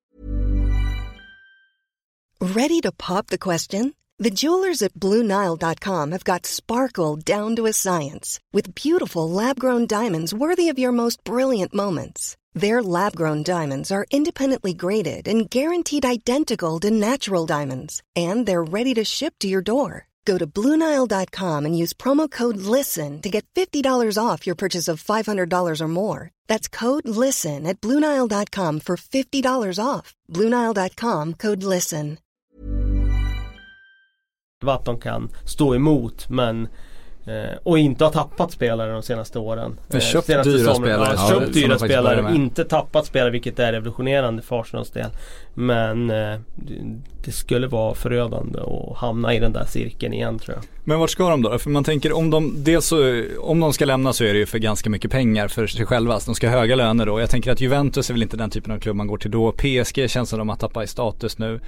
Ready to pop the question? The jewelers at Blue Nile dot com have got sparkle down to a science with beautiful lab-grown diamonds worthy of your most brilliant moments. Their lab-grown diamonds are independently graded and guaranteed identical to natural diamonds, and they're ready to ship to your door. Go to Blue Nile dot com and use promo code LISTEN to get fifty dollars off your purchase of five hundred dollars or more. That's code LISTEN at Blue Nile dot com for fifty dollars off. Blue Nile dot com, code LISTEN. Att de kan stå emot, men Eh, och inte har tappat spelare de senaste åren. Men köpt eh, dyra sommar, spelare. Ja, Ja, köpt dyra spelare, med. inte tappat spelare, vilket är revolutionerande för Arsenals del. Men eh, det skulle vara förödande att hamna i den där cirkeln igen, tror jag. Men vart ska de då? För man tänker om de, dels så, om de ska lämna så är det ju för ganska mycket pengar för sig själva. Så de ska ha höga löner då. Jag tänker att Juventus är väl inte den typen av klubb man går till då. P S G känns som de har tappat i status nu.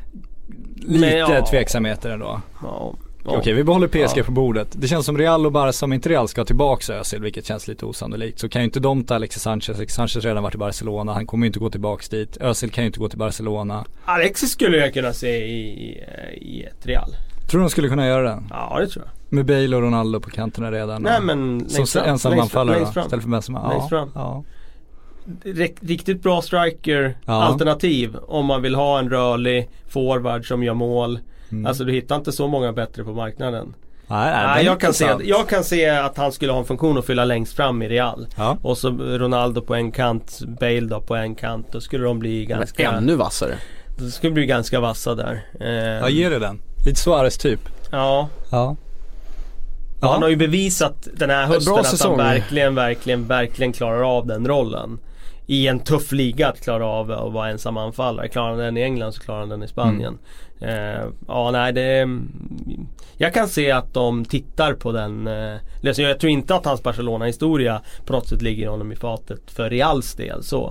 Lite Men, ja. tveksamheter ändå. Ja. Okej, okay, vi behåller P S G ja. på bordet. Det känns som Real och Barca, som inte Real ska tillbaka Özil, vilket känns lite osannolikt. Så kan ju inte de ta Alexis Sanchez. Alexis Sanchez redan varit i Barcelona. Han kommer ju inte gå tillbaka dit. Özil kan ju inte gå till Barcelona. Alexis skulle jag kunna se i, i, i ett Real. Tror du de skulle kunna göra det? Ja, det tror jag. Med Bale och Ronaldo på kanterna redan. Nej, men som fram, ensam anfallare då, istället för Benzema. Längst fram. Ja, ja. Riktigt bra striker ja. alternativ om man vill ha en rörlig forward som gör mål. Mm. Alltså du hittar inte så många bättre på marknaden. Nej, nej, nej jag, kan se, jag kan se att han skulle ha en funktion att fylla längst fram i Real. Ja. Och så Ronaldo på en kant, Bale då på en kant. Då skulle de bli ganska... Ännu vassare. Det skulle bli ganska vassa där. Eh, ja, ger det den. Lite Suarez typ. Ja. Ja. Ja. Han har ju bevisat den här hösten bra att säsong. han verkligen, verkligen, verkligen klarar av den rollen. I en tuff liga att klara av att vara ensam anfallare. Klarar han den i England så klarar han den i Spanien. Mm. Uh, ja, nej det... Jag kan se att de tittar på den uh, lösningen. Jag tror inte att hans Barcelona-historia på något sätt ligger honom i fatet för Reals del. Så.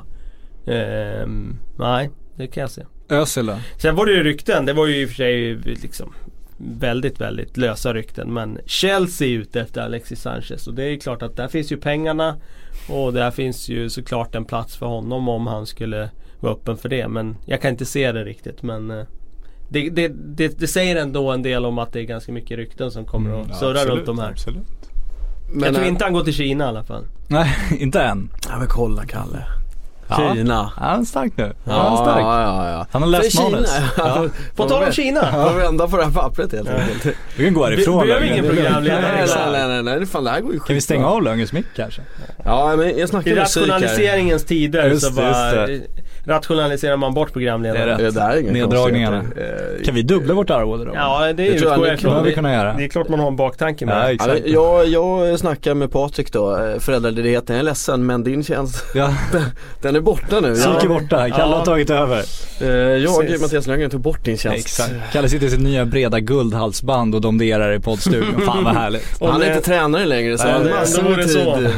Uh, nej, det kan jag se. Özil då? Sen var det ju rykten. Det var ju i och för sig liksom väldigt, väldigt lösa rykten. Men Chelsea är ute efter Alexis Sanchez. Och det är klart att där finns ju pengarna. Och där finns ju såklart en plats för honom om han skulle vara öppen för det. Men jag kan inte se det riktigt. Men det, det, det, det säger ändå en del om att det är ganska mycket rykten som kommer att mm, surra runt de här. Absolut. Men jag tror inte han går till Kina i alla fall. Nej, inte än. Ja, men kolla Kalle. Ja. Kina. Ja, han är stark nu. Ja, ja, han är stark. Ja, ja, ja. Han har läst manus. Ja. På tal om Kina. Får vända på det här pappret helt enkelt. Ja. Vi kan gå härifrån. Vi behöver ingen programledare. Nej, nej, nej, nej, nej. Fan, det här går ju skit. Kan vi stänga av Lönges mick kanske? Ja, men jag snackar I musik här. rationaliseringens tider just, så bara just rationaliserar man bort programledare. Det är rätt. Det där är inga Neddragningarna. konstigheter. Kan vi dubbla vårt arvode då? Ja, det, Det är tror jag utgår ni jag kan- ifrån. vi kunna göra. Det är klart man har en baktanke med Ja, det. exakt. Ja, jag, jag snackar med Patrik då, föräldraledigheten. Jag är ledsen, men din tjänst, Ja. den är borta nu. Silke Jag, borta. Kalle Ja. har tagit över. eh, jag Precis. Mattias Löfgren, tog bort din tjänst. Exakt. Kalle sitter i sitt nya breda guldhalsband och domderar i poddstudion. Fan vad härligt. Och Han är med- inte tränare längre, så Nej, han har det- massor ändå med vore det tid. så.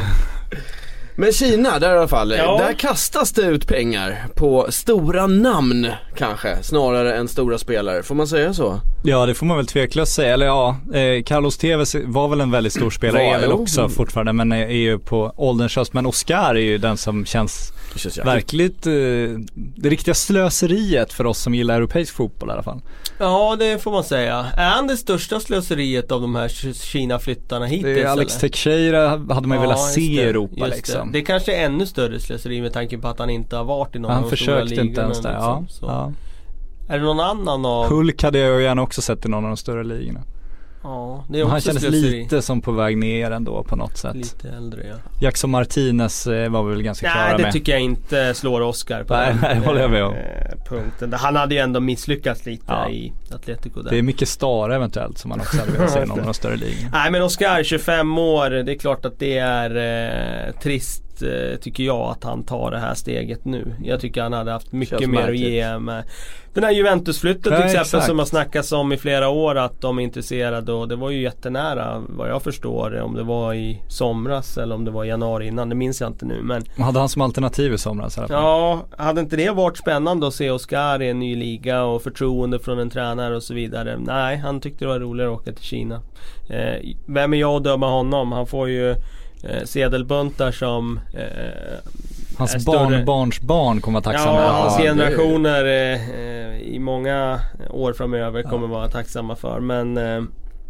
Men Kina, där i alla fall, Ja. där kastas det ut pengar på stora namn kanske, snarare än stora spelare. Får man säga så? Ja, det får man väl tveklöst säga. Eller ja, eh, Carlos Tevez var väl en väldigt stor spelare, Var, är väl jo. också fortfarande, men är ju på ålderns höst. Men Oscar är ju den som känns Det känns jäkligt. verkligt eh, det riktiga slöseriet för oss som gillar europeisk fotboll i alla fall. Ja, det får man säga. Är han det största slöseriet av de här Kina-flyttarna hittills? Det är Alex eller? Teixeira hade man ju velat just se i det, Europa just liksom. Det. det kanske är ännu större slöseri med tanke på att han inte har varit i någon Han av de stora försökte inte ens där. ligorna. Ja, Liksom. Så. ja. Är det någon annan av... Hulk hade jag ju gärna också sett i någon av de större ligorna. Ja, det är Men också han kändes slöseri. lite som på väg ner ändå på något sätt. Lite äldre, ja. Jackson Martinez eh, var vi väl ganska klara Nej, det med. tycker jag inte slår Oscar på Nej, den nej, håller jag med om. eh, punkten. Han hade ju ändå misslyckats lite Ja. i Atletico där. Det är mycket Stara eventuellt som man också hade velat se i någon av de större ligorna. Nej, men Oscar, tjugofem år, det är klart att det är eh, trist eh, tycker jag att han tar det här steget nu. Jag tycker han hade haft mycket Känns mer märkligt. att ge med den här Juventus-flytten till Ja, exempel, exakt. som har snackats om i flera år att de är intresserade, och det var ju jättenära vad jag förstår, om det var i somras eller om det var i januari innan, det minns jag inte nu, men Man hade han som alternativ i somras i alla fall. ja, hade inte det varit spännande att se Oscar i en ny liga och förtroende från en tränare och så vidare? Nej, han tyckte det var roligare att åka till Kina. Eh, vem är jag att döma honom? Han får ju eh, sedelbuntar som eh, är Hans större. barnbarns barn kommer vara tacksamma. Ja, hans det- generationer eh, eh, i många år framöver kommer vara tacksamma för. Men eh,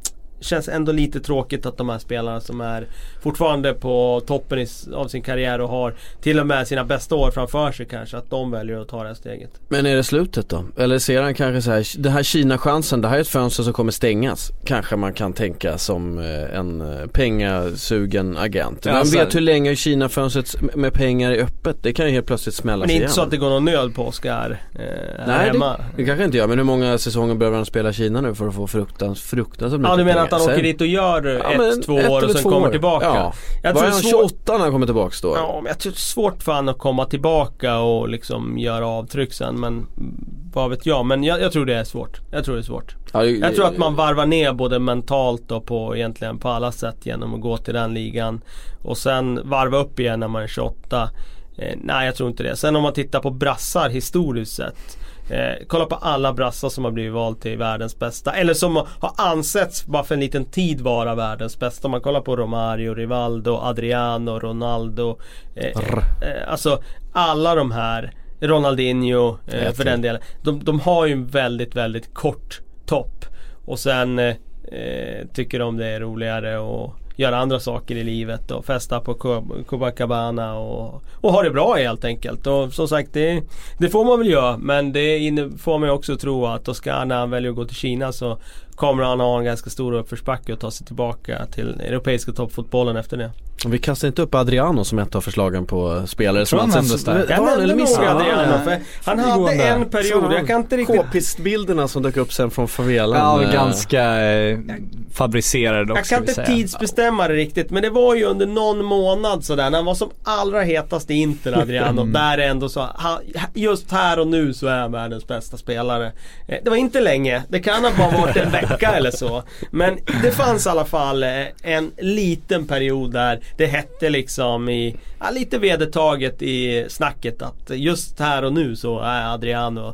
känns ändå lite tråkigt att de här spelarna som är fortfarande på toppen i, av sin karriär och har till och med sina bästa år framför sig kanske, att de väljer att ta det här steget. Men är det slutet då? Eller ser han kanske så här, det här Kina-chansen, det här är ett fönster som kommer stängas. Kanske man kan tänka som eh, en eh, pengasugen agent. Ja, Vem så- vet hur länge Kina-fönstret med pengar är öppet? Det kan ju helt plötsligt smälla Men sig inte igen. så att det går någon nöd på Oscar eh, här Nej, hemma. det, det kanske inte gör. Men hur många säsonger behöver han spela i Kina nu för att få fruktans, fruktansvärt mycket Ja, du menar pengar? att han sen, åker dit och gör ja, ett, två år och sen kommer år. tillbaka. Ja. Jag Var tror han svår... tjugoåtta när han kommer tillbaka då? Ja, men jag tror det är svårt för han att komma tillbaka och liksom göra avtryck sen. Men vad vet jag, men jag, jag tror det är svårt. Jag tror det är svårt. Ja, det, jag tror att man varvar ner både mentalt och på egentligen på alla sätt genom att gå till den ligan. Och sen varva upp igen när man är tjugoåtta. Eh, nej, jag tror inte det. Sen om man tittar på brassar historiskt sett. Eh, kolla på alla brassar som har blivit vald till världens bästa. Eller som har ansetts bara för en liten tid vara världens bästa. Man kollar på Romario, Rivaldo, Adriano, Ronaldo. Eh, eh, alltså alla de här. Ronaldinho eh, för den delen. De, de har ju en väldigt, väldigt kort topp. Och sen eh, tycker de det är roligare att göra andra saker i livet och festa på Copacabana och, och ha det bra helt enkelt. Och som sagt, det, det får man väl göra, men det inne, får man ju också tro att Oscar, när han väljer att gå till Kina, så kommer han ha en ganska stor uppförsbacke och ta sig tillbaka till europeiska toppfotbollen efter det. Vi kastar inte upp Adriano som ett av förslagen på spelare som han nämndes där. Jag nämnde nog Adriano, för han hade en period, jag kan inte riktigt... K-pistbilderna som dök upp sen från favelan. Ja, äh... ganska eh, fabricerade också. Jag kan inte säga. tidsbestämma det riktigt, men det var ju under någon månad sådär, när han var som allra hetast i Inter, Adriano. mm. Där är ändå så, han, just här och nu så är han världens bästa spelare. Det var inte länge, det kan ha bara varit en vecka eller så. Men det fanns i alla fall en liten period där det hette liksom i, ja, lite vedertaget i snacket att just här och nu så är Adriano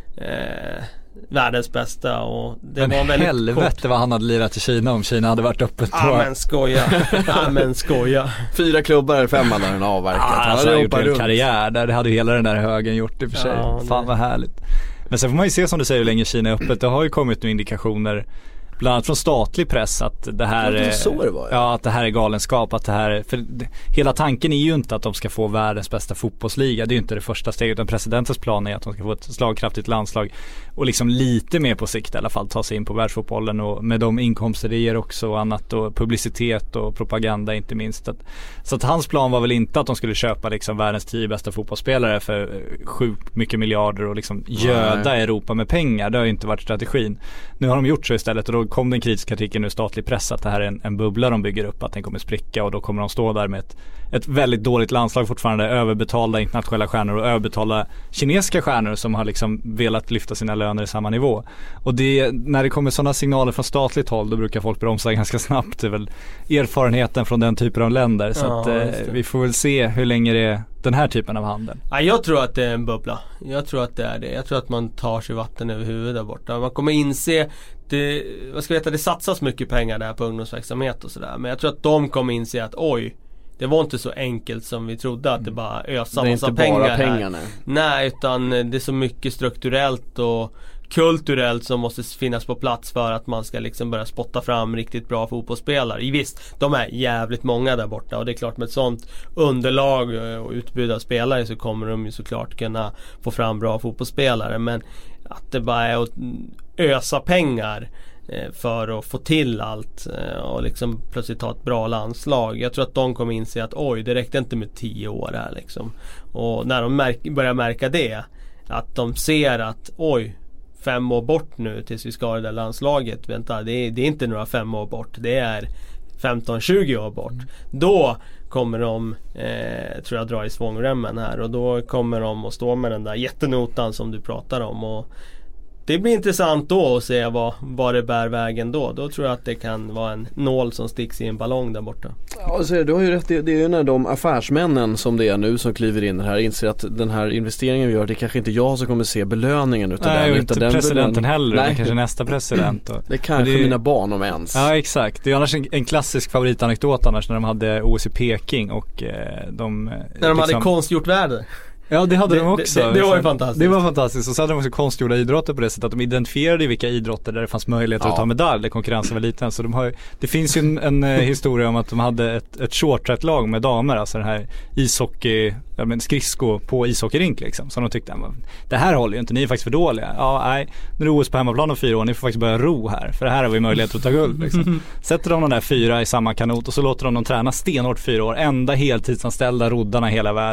eh, världens bästa. Och det men var väldigt helvete kort. Vad han hade lirat i Kina om Kina hade varit öppet. Ja men skoja. Ja men skoja. Fyra klubbar eller fem hade han avverkat. Ja, han alltså, hade gjort en runt. karriär där, det hade ju hela den där högen gjort i och för sig. Ja, fan vad härligt. Men sen får man ju se, som du säger, hur länge Kina är öppet. Det har ju kommit nu indikationer bland annat från statlig press att det här det så det var, ja. ja, att det här är galenskap, att det här, för det, hela tanken är ju inte att de ska få världens bästa fotbollsliga, det är ju inte det första steget, utan presidentens plan är att de ska få ett slagkraftigt landslag och liksom lite mer på sikt i alla fall ta sig in på världsfotbollen, och med de inkomster det ger också och annat, och publicitet och propaganda inte minst. Att, så att hans plan var väl inte att de skulle köpa liksom världens tio bästa fotbollsspelare för sjukt mycket miljarder och liksom göda Nej. Europa med pengar. Det har ju inte varit strategin. Nu har de gjort så istället, och då kom den kritiska artikeln ur statlig press att det här är en, en bubbla de bygger upp, att den kommer spricka, och då kommer de stå där med ett, ett väldigt dåligt landslag fortfarande, överbetalda internationella stjärnor och överbetalda kinesiska stjärnor som har liksom velat lyfta sina löner i samma nivå. Och det, när det kommer sådana signaler från statligt håll, då brukar folk bromsa ganska snabbt. Det är väl erfarenheten från den typen av länder. Så ja, att, eh, vi får väl se hur länge det är den här typen av handel. Ja, jag tror att det är en bubbla. Jag tror att det är det. Jag tror att man tar sig vatten över huvudet där borta. Man kommer inse det, vad ska jag veta, det satsas mycket pengar där på ungdomsverksamhet och sådär. Men jag tror att de kommer inse att oj, det var inte så enkelt som vi trodde, att det bara ösar massa pengar, bara pengar här. Nej, utan det är så mycket strukturellt och kulturellt som måste finnas på plats för att man ska liksom börja spotta fram riktigt bra fotbollsspelare. I visst, de är jävligt många där borta, och det är klart, med ett sånt underlag och utbud av spelare så kommer de ju såklart kunna få fram bra fotbollsspelare, men att det bara är att ösa pengar för att få till allt och liksom plötsligt ha ett bra landslag. Jag tror att de kommer inse att oj, det räckte inte med tio år här liksom. Och när de märk- börjar märka det, att de ser att oj, fem år bort nu tills vi ska ha det där landslaget, vänta, det är, det är inte några fem år bort, det är femton tjugo år bort. Mm. Då kommer de eh, tror jag dra i svångremmen här, och då kommer de att stå med den där jättenotan som du pratar om, och det blir intressant då att se vad, vad det bär vägen då. Då tror jag att det kan vara en nål som sticks i en ballong där borta. Ja, så du har ju rätt. Det är ju när de affärsmännen som det är nu som kliver in här inser att den här investeringen vi gör, det är kanske inte jag som kommer se belöningen utan Nej, den, inte utan presidenten den heller. Nej. Det kanske nästa president. Och, det kanske det är, mina barn om ens. Ja, exakt. Det är annars en, en klassisk favoritanekdot annars när de hade O S i Peking och eh, de... När de liksom, hade konstgjort väder. Ja, det hade det, de också. Det, det, det var ju fantastiskt. Det var fantastiskt. Och så hade de också konstgjorda idrotter på det sättet att de identifierade vilka idrotter där det fanns möjligheter ja. att ta medalj, där konkurrensen var liten. Så de har ju, det finns ju en, en historia om att de hade ett, ett shorttrack-lag med damer, alltså den här ishockey, ja men skridsko på ishockeyrink liksom. Så de tyckte, det här håller ju inte, ni är faktiskt för dåliga. Ja, nej, nu är det O S på hemmaplan om fyra år, ni får faktiskt börja ro här. För det här har vi möjlighet att ta guld liksom. Sätter de de där fyra i samma kanot och så låter de dem träna stenhårt fyra år, enda heltidsanställda roddarna i hela världen.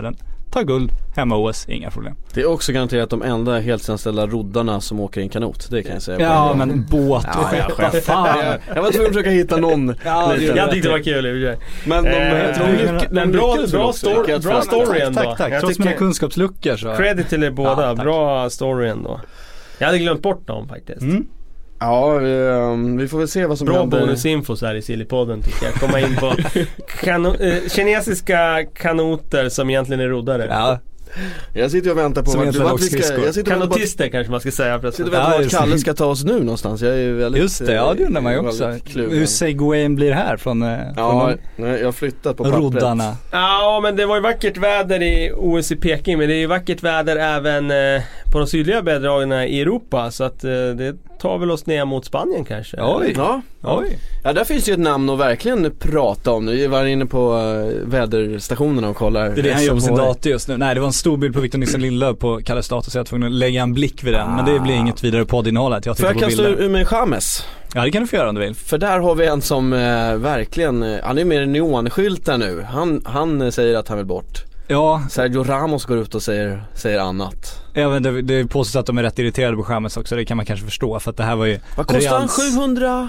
ta guld, hemma O S, inga problem. Det är också garanterat de enda heltidsanställda roddarna som åker i en kanot, det kan jag säga. Ja, men båt, ja, ja, ja, fan. jag, jag var tvungen att försöka hitta någon. Ja, det, jag tyckte det var kul. Men de, eh, de, de, de, men bra, bra, story, bra story ändå. Tack, tack, tack. Trots mina kunskapsluckor så. Credit till er båda, ja, bra story ändå. Jag hade glömt bort dem faktiskt. Mm. Ja, vi, um, vi får väl se vad som bra händer. Bra bonusinfo så här i Sillypodden tycker jag. Komma in på kano- eh, kinesiska kanoter som egentligen är roddare. Ja. Jag sitter och väntar på att, vart vi ska, jag sitter kanotister att, kanske man ska säga. Jag sitter och väntar på att Kalle ska ta oss nu någonstans. Jag är väldigt, just det, ja det undrar man ju också. Hur segwayen blir här från, ja, från jag har flyttat på roddarna. pappret. Ja, men det var ju vackert väder i O S i Peking. Men det är ju vackert väder även eh, på de sydliga breddgraderna i Europa. Så att eh, det tar väl oss ner mot Spanien kanske. Oj, ja. Oj. Ja, där finns ju ett namn att verkligen prata om nu. Vi var inne på uh, väderstationerna och kollar. Det är det han gör på sin dator just nu. Nej, det var en stor bild på Victor Nilsson Lindlöf på Kalles dator, så jag var tvungen att lägga en blick vid den. Ah. Men det blir inget vidare poddinnehåll. Jag Får jag kasta ur med James? Ja, det kan du få göra om du vill. För där har vi en som uh, verkligen, uh, han är mer neonskyltar nu. Han, han uh, säger att han vill bort. Ja. Sergio Ramos går ut och säger, säger annat. Ja, men det, det är påstås att de är rätt irriterade på James också. Det kan man kanske förstå, för att det här var ju... Vad kostar han? sjuhundrafemtio?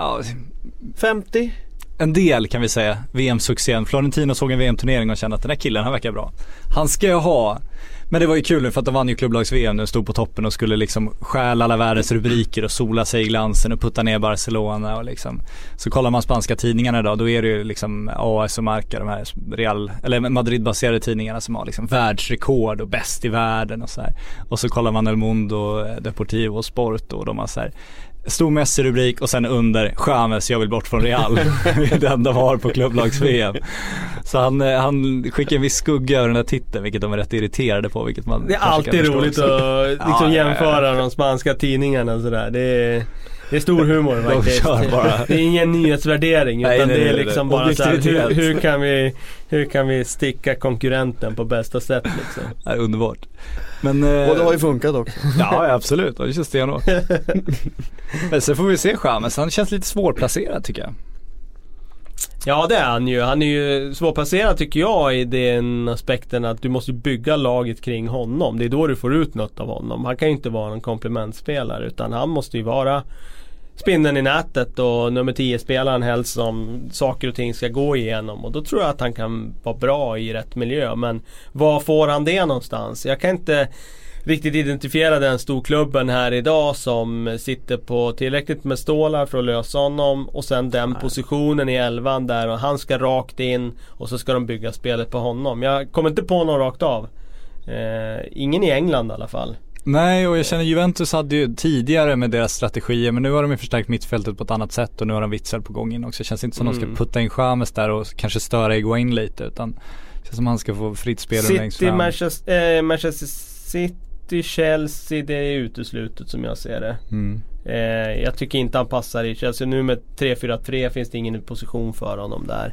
Ja, en del kan vi säga. V M-succén. Florentino såg en V M-turnering och kände att den här killen, han verkar bra. Han ska jag ha. Men det var ju kul för att de vann ju klubblags-V M nu, stod på toppen och skulle liksom stjäla alla världens rubriker och sola sig i glansen och putta ner Barcelona och liksom. Så kollar man spanska tidningarna idag, då är det ju liksom A S och Marca, de här Real, eller Madrid-baserade tidningarna som har liksom världsrekord och bäst i världen och så här. Och så kollar man El Mundo, Deportivo och Sport och de har så här stor Messi-rubrik och sen under James, jag vill bort från Real. Det är det enda var på klubblags-V M. Så han, han skickar en viss skugga över den här titeln, vilket de är rätt irriterade på, vilket man det är alltid roligt att liksom ja, jämföra ja, ja. de spanska tidningarna och sådär. Det är, det är stor humor faktiskt. Bara. Det är ingen nyhetsvärdering, utan nej, nej, nej, det är liksom nej, bara så här, hur, hur, kan vi, hur kan vi sticka konkurrenten på bästa sätt liksom. Det är underbart. Men, och det har ju funkat också. Ja, absolut. Det känns stenhårt. Men sen får vi se James. Han känns lite svårplacerad tycker jag. Ja, det är han ju. Han är ju svårplacerad tycker jag i den aspekten att du måste bygga laget kring honom. Det är då du får ut något av honom. Han kan ju inte vara en komplementspelare, utan han måste ju vara spinnen i nätet och nummer tio-spelaren helst som saker och ting ska gå igenom. Och då tror jag att han kan vara bra i rätt miljö. Men var får han det någonstans? Jag kan inte riktigt identifiera den storklubben här idag som sitter på tillräckligt med stålar för att lösa honom. Och sen den positionen i elvan där och han ska rakt in och så ska de bygga spelet på honom. Jag kommer inte på någon rakt av. Eh, ingen i England i alla fall. Nej, och jag känner Juventus hade ju tidigare med deras strategier, men nu har de ju förstärkt mittfältet på ett annat sätt och nu har de Witsel på gång in också. Det känns inte som mm. de ska putta in James där och kanske störa Higuain lite, utan det känns som han ska få fritt spel längst fram. Manchester, eh, Manchester City, Chelsea, det är uteslutet som jag ser det. Mm. Eh, jag tycker inte han passar i Chelsea. Nu med tre fyra tre finns det ingen position för honom där.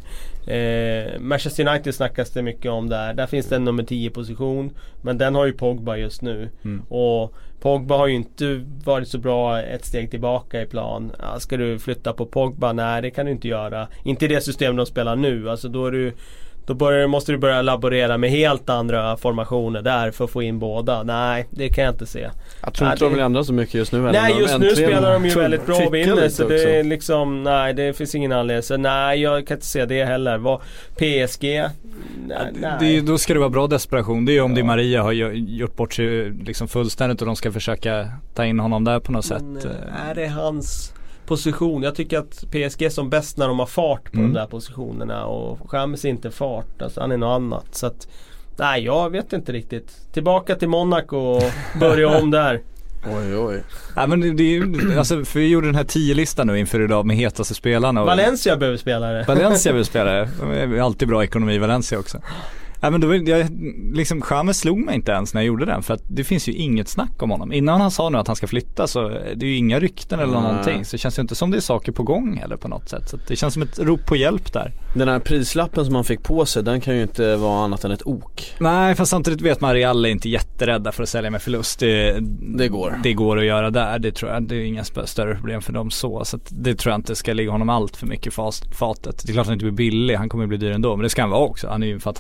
Eh, Manchester United snackas det mycket om där. Där finns det en nummer tio position, men den har ju Pogba just nu. Mm. Och Pogba har ju inte varit så bra ett steg tillbaka i plan. Ja, ska du flytta på Pogba? Nej, det kan du inte göra. Inte i det system de spelar nu. Alltså då är du Då börjar, måste du börja laborera med helt andra formationer där för att få in båda. Nej, det kan jag inte se. Jag tror inte de vill ändra så mycket just nu. Nej, just nu spelar de ju väldigt bra och vinner. Så det är liksom, nej, det finns ingen anledning. Så nej, jag kan inte se det heller. Vad, P S G? Nej, nej. Det, då ska det vara bra desperation. Det är ju om ja. Di Maria har gjort bort sig liksom fullständigt och de ska försöka ta in honom där på något Men, sätt. Är det hans position? Jag tycker att P S G är som bäst när de har fart på mm. de där positionerna, och James är inte fart, alltså han är något annat. Så att, nej, jag vet inte riktigt. Tillbaka till Monaco och börja om där. Oj, oj. Ja, men det, det är ju, alltså, för vi gjorde den här tio-listan nu inför idag med hetaste spelarna. Och Valencia behöver spelare. Valencia behöver spelare. Det är alltid bra ekonomi i Valencia också. Ja, men då, jag, liksom, James slog mig inte ens när jag gjorde den, för att det finns ju inget snack om honom. Innan han sa nu att han ska flytta, så det är ju inga rykten eller mm. någonting. Så det känns ju inte som det är saker på gång eller på något sätt. Så det känns som ett rop på hjälp där. Den här prislappen som man fick på sig, den kan ju inte vara annat än ett ok. Nej, fast samtidigt vet man att Real är inte jätterädda för att sälja med förlust. Det, det går. Det går att göra där, det tror jag. Det är inga större problem för dem så. Så att det tror jag inte ska ligga honom allt för mycket fast, fatet. Det är klart att han inte blir billig, han kommer bli dyr ändå. Men det ska han vara också. Han är ju en fantastiskt bra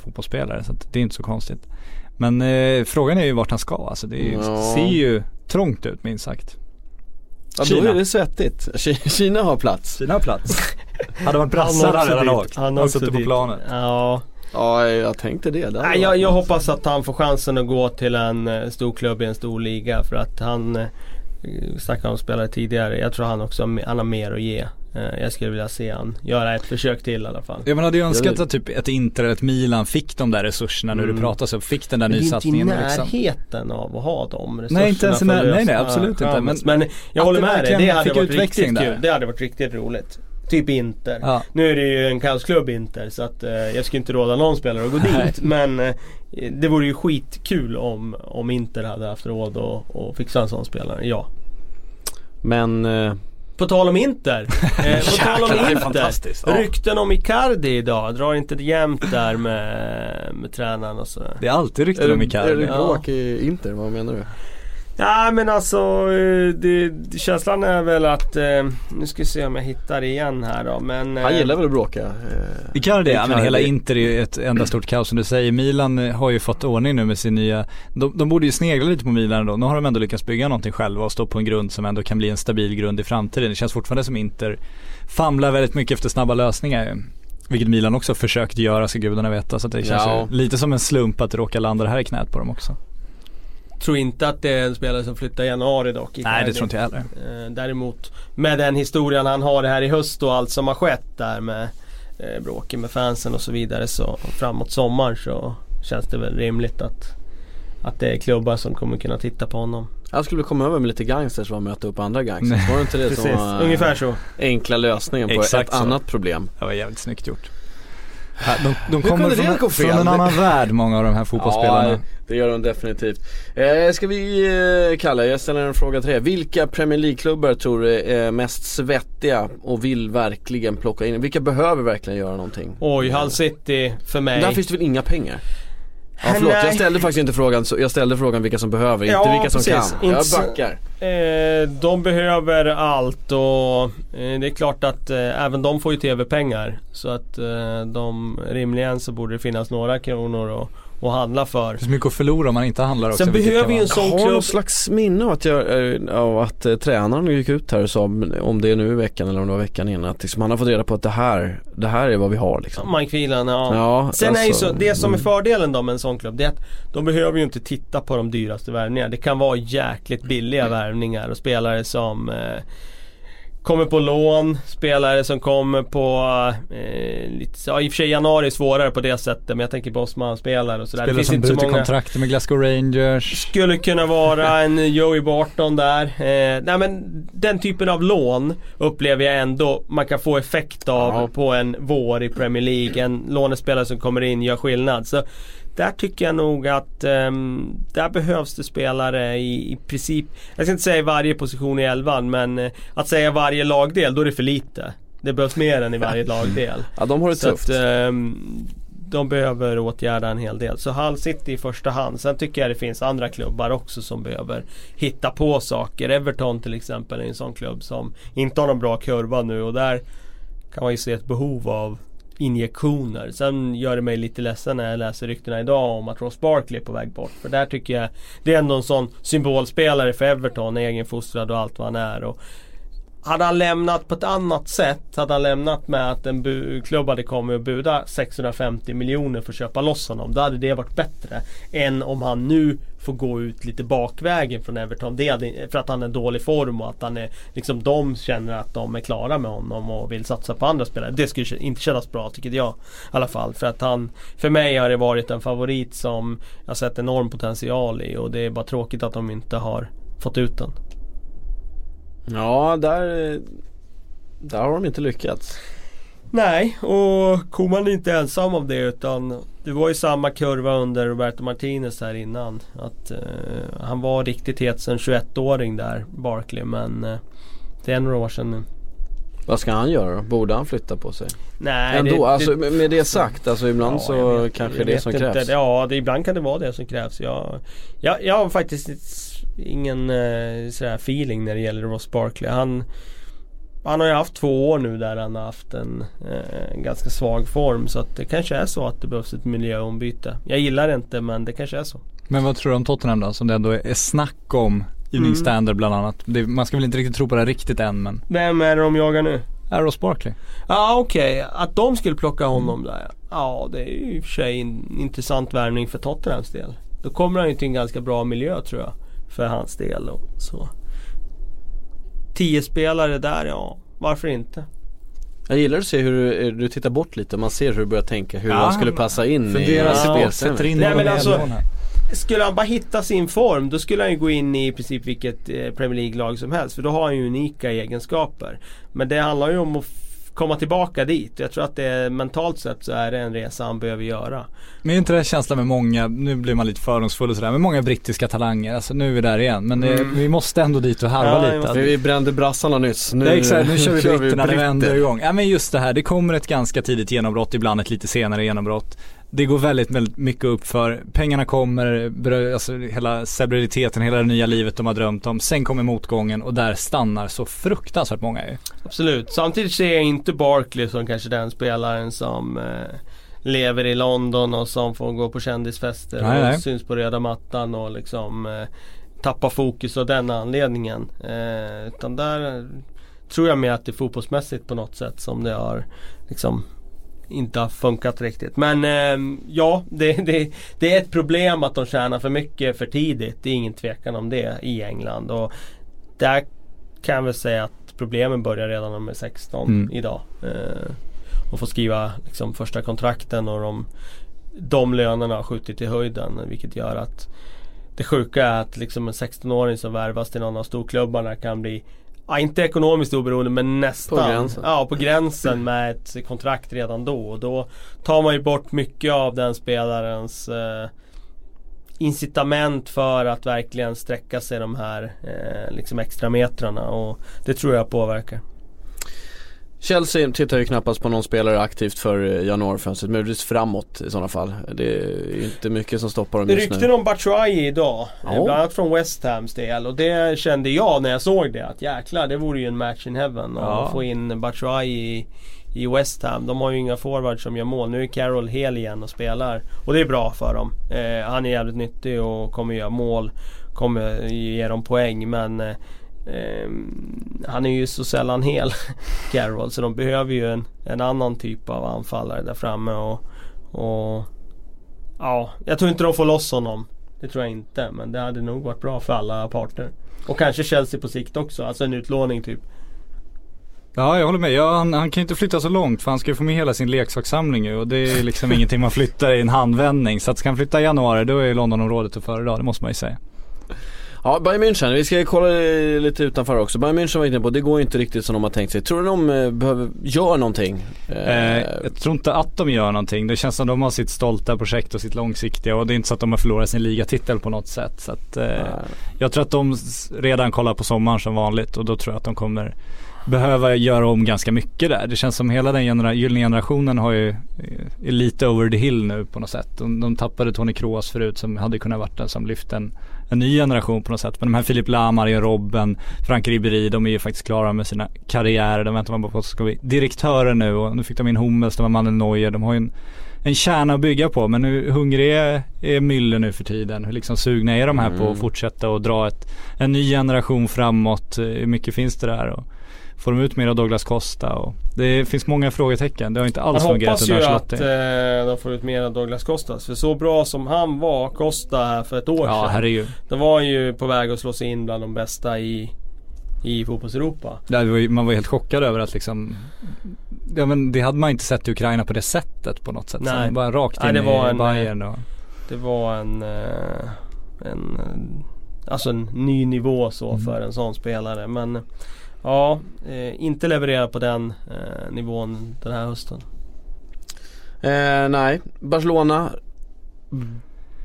fotbollsspelare, så att det är inte så konstigt. Men eh, frågan är ju vart han ska. Alltså det är, Ja. ser ju trångt ut minst sagt. Ja, då är det svettigt. Kina har plats. Kina har plats. Hade varit brassar hade han åkt. Han har suttit på planet. Ja. Ja, jag tänkte det. det Nej, jag, jag hoppas att han får chansen att gå till en uh, stor klubb i en stor liga. För att han uh, snackade om spelare tidigare. Jag tror han också han har mer att ge. uh, Jag skulle vilja se han göra ett försök till i alla fall. Ja, man hade ju önskat att typ ett Inter eller ett Milan fick de där resurserna mm. när du pratar, så fick den där nysatsningen. Det är inte i närheten liksom av att ha de resurserna. Nej, inte ens när, nej, nej, absolut inte. Men, men jag håller med dig, det hade varit riktigt där. kul. Det hade varit riktigt roligt. Typ Inter. Ja. Nu är det ju en kaosklubb Inter, så att eh, jag skulle inte råda någon spelare att gå dit. Men eh, det vore ju skitkul om, om Inter hade haft råd och, och fixa en sån spelare, ja. Men eh... på tal om Inter eh, På tal om Inter ja. Rykten om Icardi idag. Drar inte det jämnt där med, med tränaren och sådär. Det är alltid rykten om Icardi. Är det bråk i Inter, vad menar du? Ja, men alltså det, det, känslan är väl att eh, nu ska vi se om jag hittar det igen här då, men eh, han gillar väl att bråka. Eh, Icardi, ja, men hela Inter är ju ett enda stort kaos som du säger. Milan har ju fått ordning nu med sin nya, de, de borde ju snegla lite på Milan då. Nu har de ändå lyckats bygga någonting själva och stå på en grund som ändå kan bli en stabil grund i framtiden. Det känns fortfarande som Inter famlar väldigt mycket efter snabba lösningar, vilket Milan också försökt göra, ska gudarna veta. Så att det känns ja. lite som en slump att det råkar landa det här i knät på dem också. Tror inte att det är en spelare som flyttar i januari dock. I Nej, det tror inte jag heller. Eh, däremot med den historien han har det här i höst och allt som har skett där med eh, bråken med fansen och så vidare, så framåt sommar så känns det väl rimligt att, att det är klubbar som kommer kunna titta på honom. Jag skulle komma över med lite gangsters och möta upp andra gangsters. Var det inte det Precis, som var ungefär så. Enkla lösningen på Exakt ett så. annat problem? Det var jävligt snyggt gjort. De, de kommer från, från en annan värld, många av de här fotbollsspelarna. Ja, det gör de definitivt. eh, Ska vi eh, kalla, jag ställer en fråga till er. Vilka Premier League-klubbar tror du är mest svettiga och vill verkligen plocka in? Vilka behöver verkligen göra någonting? Oj, Hull City för mig. Där finns det väl inga pengar? Ja, förlåt, jag ställde faktiskt inte frågan så jag ställde frågan vilka som behöver, ja, inte vilka som precis. kan. Jag inte backar. Eh, de behöver allt och eh, det är klart att eh, även de får ju tv-pengar, så att eh, de rimligen så borde det finnas några kronor och och handla för. Det är så mycket att förlora om man inte handlar också. Sen behöver ju en sån klubb. Jag har någon slags minne av att, jag, av att eh, tränaren gick ut här och sa, om det är nu i veckan eller om det var veckan innan, att liksom, han har fått reda på att det här, det här är vad vi har liksom. Mike Phelan, ja. ja. Sen alltså, är ju så, det som är fördelen då med en sån klubb, det är att de behöver ju inte titta på de dyraste värvningarna. Det kan vara jäkligt billiga värvningar och spelare som eh, kommer på lån, spelare som kommer på eh, lite, ja, i och för sig januari är svårare på det sättet, men jag tänker på Osman-spelare och sådär. Spelare det finns som inte så bryter många. kontrakter med Glasgow Rangers. Skulle kunna vara en Joey Barton där. Eh, nej men den typen av lån upplever jag ändå man kan få effekt av ja. på en vår i Premier League. En lånespelare som kommer in gör skillnad. Så där tycker jag nog att um, där behövs det spelare i, i princip, jag ska inte säga varje position i elvan, men uh, att säga varje lagdel, då är det för lite. Det behövs mer än i varje lagdel. Ja, de har det så tufft. Att, um, de behöver åtgärda en hel del. Så Hull City i första hand. Sen tycker jag det finns andra klubbar också som behöver hitta på saker. Everton till exempel är en sån klubb som inte har någon bra kurva nu, och där kan man ju se ett behov av injektioner. Sen gör det mig lite ledsen när jag läser ryktena idag om att Ross Barkley är på väg bort. För där tycker jag det är ändå en sån symbolspelare för Everton, egenfostrad och allt vad han är. Och hade han lämnat på ett annat sätt, hade han lämnat med att en bu- klubb hade kommit och buda sexhundrafemtio miljoner för att köpa loss honom, då hade det varit bättre än om han nu får gå ut lite bakvägen från Everton. Det hade, för att han är i dålig form och att han är, liksom, de känner att de är klara med honom och vill satsa på andra spelare. Det skulle inte kännas bra, tycker jag i alla fall. För att han, för mig har det varit en favorit som jag har sett enorm potential i, och det är bara tråkigt att de inte har fått ut den. Ja, där, där har de inte lyckats. Nej, och Koeman är inte ensam om det, utan det var ju samma kurva under Roberto Martinez här innan. Att uh, han var riktigt het sen tjugoett-åring där, Barkley, men uh, det är några år sedan nu. Vad ska han göra då? Borde han flytta på sig? Nej, ändå, det, alltså, det, med det sagt, alltså ibland ja, så vet, kanske det som inte. krävs. Ja, det, ibland kan det vara det som krävs. Jag, jag, jag har faktiskt ingen uh, sådär feeling när det gäller Ross Barkley. Han han har ju haft två år nu där han har haft en, eh, en ganska svag form, så att det kanske är så att det behövs ett miljöombyte. Jag gillar det inte, men det kanske är så. Men vad tror du om Tottenham då, som det ändå är snack om Evening mm. Standard bland annat? Det, man ska väl inte riktigt tro på det riktigt än, men... Vem är det de jagar nu? Ross Barkley. Ja, ah, okej. Okay. Att de skulle plocka honom mm. där. Ja, det är ju i och för sig en intressant värvning för Tottenhams del. Då kommer han ju till en ganska bra miljö, tror jag, för hans del och så. Tio spelare där, ja. Varför inte? Jag gillar att se hur du, du tittar bort lite. Man ser hur du börjar tänka hur ja, han skulle passa in i ja, spelsätter in. Nej, men alltså, skulle han bara hitta sin form, då skulle han ju gå in i i princip vilket eh, Premier League-lag som helst, för då har han ju unika egenskaper. Men det handlar ju om att f- komma tillbaka dit. Jag tror att det är, mentalt sett så är det en resa han behöver göra. Men är inte det känslan med många, nu blir man lite fördomsfull och sådär, med många brittiska talanger, alltså nu är vi där igen, men det, mm. vi måste ändå dit och harva ja, lite. Måste, vi brände brassarna nyss. Nu, ja, exakt, nu kör vi britterna, det vänder igång. Ja, men just det här, det kommer ett ganska tidigt genombrott, ibland ett lite senare genombrott. Det går väldigt, väldigt mycket upp för pengarna kommer, alltså hela stabiliteten, hela det nya livet de har drömt om. Sen kommer motgången och där stannar så fruktansvärt många ju. Absolut, samtidigt ser jag inte Barkley som kanske den spelaren som eh, lever i London och som får gå på kändisfester nej, och nej. syns på röda mattan och liksom eh, tappa fokus av den anledningen. Eh, utan där tror jag mer att det är fotbollsmässigt på något sätt som det har liksom inte har funkat riktigt. Men eh, ja, det, det, det är ett problem att de tjänar för mycket för tidigt. Det är ingen tvekan om det i England. Och där kan jag väl säga att problemen börjar redan när de är sexton mm. idag. Eh, och får skriva liksom, första kontrakten och de, de lönerna har skjutit i höjden. Vilket gör att det sjuka är att liksom, en sexton-åring som värvas till någon av storklubbarna kan bli ja, inte ekonomiskt oberoende, men nästan på gränsen. Ja, på gränsen med ett kontrakt redan då. Och då tar man ju bort mycket av den spelarens eh, incitament för att verkligen sträcka sig de här eh, liksom extra metrarna, och det tror jag påverkar. Chelsea tittar ju knappast på någon spelare aktivt för januarifönstret, möjligtvis framåt i sådana fall. Det är inte mycket som stoppar dem just nu. Det rykten om Batshuayi idag, oh. bland annat från West Hams del, och det kände jag när jag såg det, att jäklar, det vore ju en match in heaven att ja. få in Batshuayi i, i West Ham. De har ju inga forwards som gör mål. Nu är Carroll hel igen och spelar, och det är bra för dem. Eh, han är jävligt nyttig och kommer göra mål, kommer ge dem poäng, men eh, Um, han är ju så sällan hel Carroll, så de behöver ju en, en annan typ av anfallare där framme, och, och ja, jag tror inte de får loss honom, det tror jag inte, men det hade nog varit bra för alla parter, och kanske Chelsea på sikt också, alltså en utlåning typ. Ja, jag håller med. Ja, han, han kan inte flytta så långt, för han ska ju få med hela sin leksakssamling ju, och det är liksom ingenting man flyttar i en handvändning, så att ska han flytta i januari, då är Londonområdet att föredra, det måste man ju säga. Ja, Bayern München, vi ska kolla lite utanför också. Bayern München var inne på, det går inte riktigt som de har tänkt sig. Tror du de eh, behöver göra någonting? Eh, jag tror inte att de gör någonting. Det känns som de har sitt stolta projekt och sitt långsiktiga, och det är inte så att de har förlorat sin ligatitel på något sätt. Så att, eh, jag tror att de redan kollar på sommaren som vanligt, och då tror jag att de kommer behöva göra om ganska mycket där. Det känns som hela den genera- gyllene generationen har ju är lite over the hill nu på något sätt. De, de tappade Toni Kroos förut, som hade kunnat varit den som lyfte en, en ny generation på något sätt. Men de här Philipp Lahm, Arjen Robben, Frank Ribéry, de är ju faktiskt klara med sina karriärer. De väntar man bara på att ska bli direktörer nu, och nu fick de in Hummels, de har Manuel Neuer. De har ju en, en kärna att bygga på, men nu hungrig är, är Müller nu för tiden. Hur liksom sugna är de här mm. på att fortsätta och dra ett, en ny generation framåt? Hur mycket finns det där? Och får de ut mer av Douglas Costa, och det finns många frågetecken. Det har inte alls fungerat. Jag hoppas ju att eh, de får ut mer av Douglas Costa, för så bra som han var, Costa, här för ett år ja, sedan. Herregud. Det var ju på väg att slå sig in bland de bästa i i fotbolls-Europa. Ja, var ju, man var helt chockad över att liksom, ja, men det hade man inte sett i Ukraina på det sättet på något sätt. Nej. Så bara rakt in. Nej, det var i en, Bayern och... det var en en alltså en ny nivå så mm. för en sån spelare, men ja, eh, inte leverera på den eh, nivån den här hösten. Eh, nej, Barcelona mm.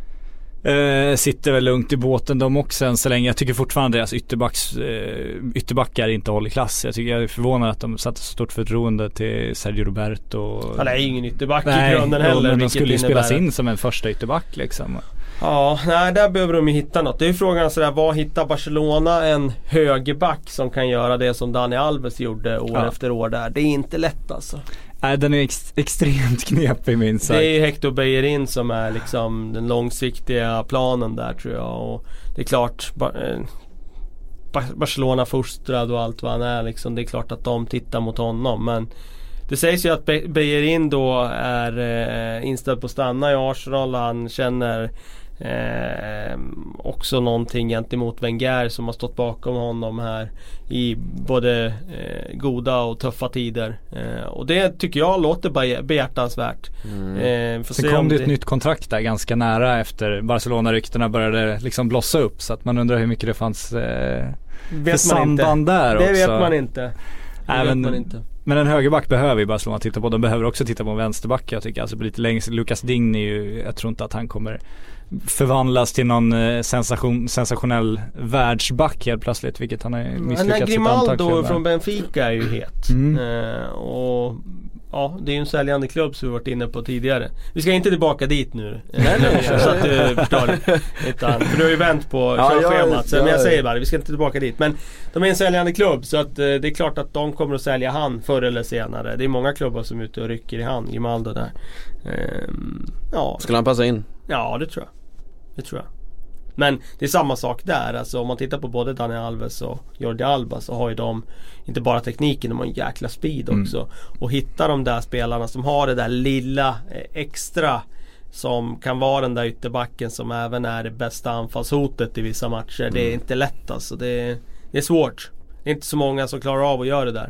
eh, sitter väl lugnt i båten de också än så länge. Jag tycker fortfarande deras ytterbacks, eh, ytterbackar inte håller klass. Jag tycker jag är förvånad att de satte så stort förtroende till Sergio Roberto. Han är ingen ytterback nej, i grunden heller. Men de skulle ju spelas in som en första ytterback liksom. Ja, nej, där behöver de ju hitta något. Det är ju frågan sådär, vad hittar Barcelona en högerback som kan göra det som Dani Alves gjorde år ja. efter år där? Det är inte lätt alltså. Nej, den är ex- extremt knepig minst sagt. Det är ju Hector Bellerin som är liksom den långsiktiga planen där tror jag. Och det är klart, Barcelona fostrad och allt vad han är liksom, det är klart att de tittar mot honom. Men det sägs ju att Be- Bellerin då är eh, inställd på att stanna i Arsenal. Han känner eh, också någonting gentemot Wenger som har stått bakom honom här i både eh, goda och tuffa tider. Eh, och det tycker jag låter behjärtansvärt. Mm. Eh, Sen kom det ett det... nytt kontrakt där ganska nära efter Barcelona-ryktena började liksom blossa upp. Så att man undrar hur mycket det fanns eh, för samband inte. där det också. Det vet man inte. Det äh, vet men, man inte. Men en högerback behöver ju Barcelona titta på. De behöver också titta på en vänsterback, jag tycker. Alltså på lite längre. Lucas Digne är ju, jag tror inte att han kommer förvandlas till någon eh, sensation, sensationell världsback helt plötsligt, vilket han har misslyckats ett Grimaldo från Benfica är ju het. Mm. Eh, och ja, det är ju en säljande klubb som vi varit inne på tidigare. Vi ska inte tillbaka dit nu. Nej, nej, så att du förstår. Utan, för du har ju vänt på ja, körschemat. Ja, ja, men jag säger bara, vi ska inte tillbaka dit. Men de är en säljande klubb, så att eh, det är klart att de kommer att sälja han förr eller senare. Det är många klubbar som är ute och rycker i han, Grimaldo där. Eh, ja. Skulle han passa in? Ja, det tror jag. Det tror jag. Men det är samma sak där. Alltså om man tittar på både Dani Alves och Jordi Alba, så har ju de inte bara tekniken, de har en jäkla speed också. Mm. Och hitta de där spelarna som har det där lilla extra som kan vara den där ytterbacken som även är det bästa anfallshotet i vissa matcher. Mm. Det är inte lätt alltså. Det är, det är svårt. Det är inte så många som klarar av att göra det där.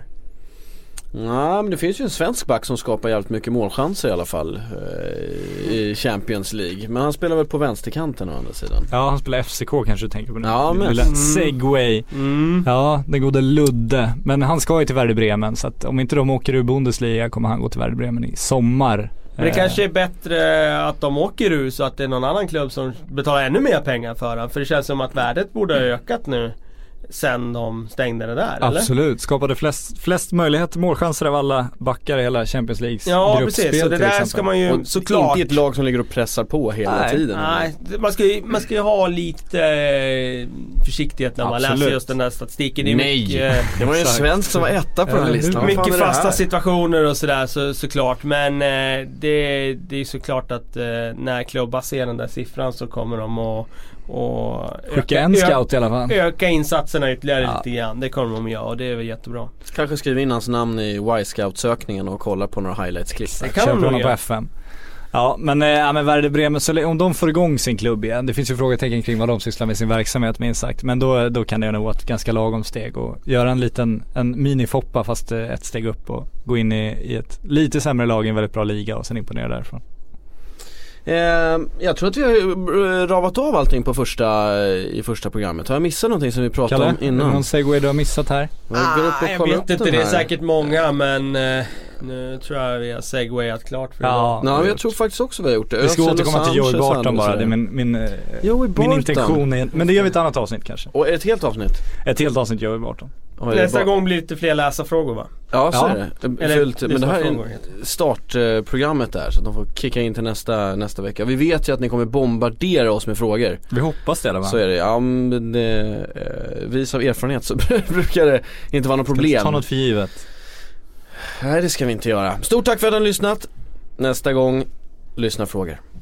Nej, men det finns ju en svensk back som skapar jävligt mycket målchanser i alla fall eh, i Champions League. Men han spelar väl på vänsterkanten å andra sidan. Ja, han spelar F C K kanske du tänker på nu. Ja, men mm. Segway. Mm. Ja, den gode Ludde. Men han ska ju till Werder Bremen, så att om inte de åker ur Bundesliga kommer han gå till Werder Bremen i sommar. Men det kanske är bättre att de åker ur så att det är någon annan klubb som betalar ännu mer pengar för han. För det känns som att värdet borde ha ökat nu sen de stängde det där, absolut, eller? Skapade flest, flest möjligheter, målchanser av alla backar i hela Champions Leagues ja, gruppspel. Ja, precis, så det där exempel. Ska man ju och såklart inte ett lag som ligger och pressar på hela nej, tiden. Nej, man ska, ju, man ska ju ha lite försiktighet när man absolut. läser just den där statistiken. Det är nej, mycket, det var ju en svensk som var etta på den här listan. Mycket fasta situationer och sådär så, såklart. Men eh, det, det är såklart att eh, när klubbar ser den där siffran så kommer de att och skicka en scout i alla fall. Öka insatserna ytterligare ja. lite grann. Det kommer de göra och det är väl jättebra. Kanske skriva in hans namn i Y-scout-sökningen och kolla på några highlights-klipp. Det kan de på F M. Ja, men, äh, ja, men Werder Bremen, så om de får igång sin klubb igen, det finns ju frågetecken kring vad de sysslar med sin verksamhet minst sagt, men då, då kan det nog vara ett ganska lagom steg och göra en liten en mini-foppa fast ett steg upp och gå in i, i ett lite sämre lag i en väldigt bra liga och sen imponera därifrån. Eh, jag tror att vi har ravat av allting på första, i första programmet. Har jag missat någonting som vi pratade Kalle, om innan? Någon segway du har missat här? Ah, jag vet inte, det är säkert många, men eh, nu tror jag vi har segwayat klart för ja, idag. Ja, jag tror faktiskt också vi har gjort det. Vi ska återkomma till Joey Barton bara, det är min, min, Joey Barton. min intention är, men det gör vi ett annat avsnitt kanske. Och ett helt avsnitt? Ett helt avsnitt Joey Barton. Nästa gång blir det lite fler läsarfrågor va? Ja, så ja. är det. Eller, Fyllt, men det här är startprogrammet där, så att de får kicka in till nästa, nästa vecka. Vi vet ju att ni kommer bombardera oss med frågor. Vi hoppas det, eller va? Så är det. Ja, men det, vis av erfarenhet så brukar det inte vara något problem. Ska ta något för givet? Nej, det ska vi inte göra. Stort tack för att ni har lyssnat. Nästa gång, lyssna frågor.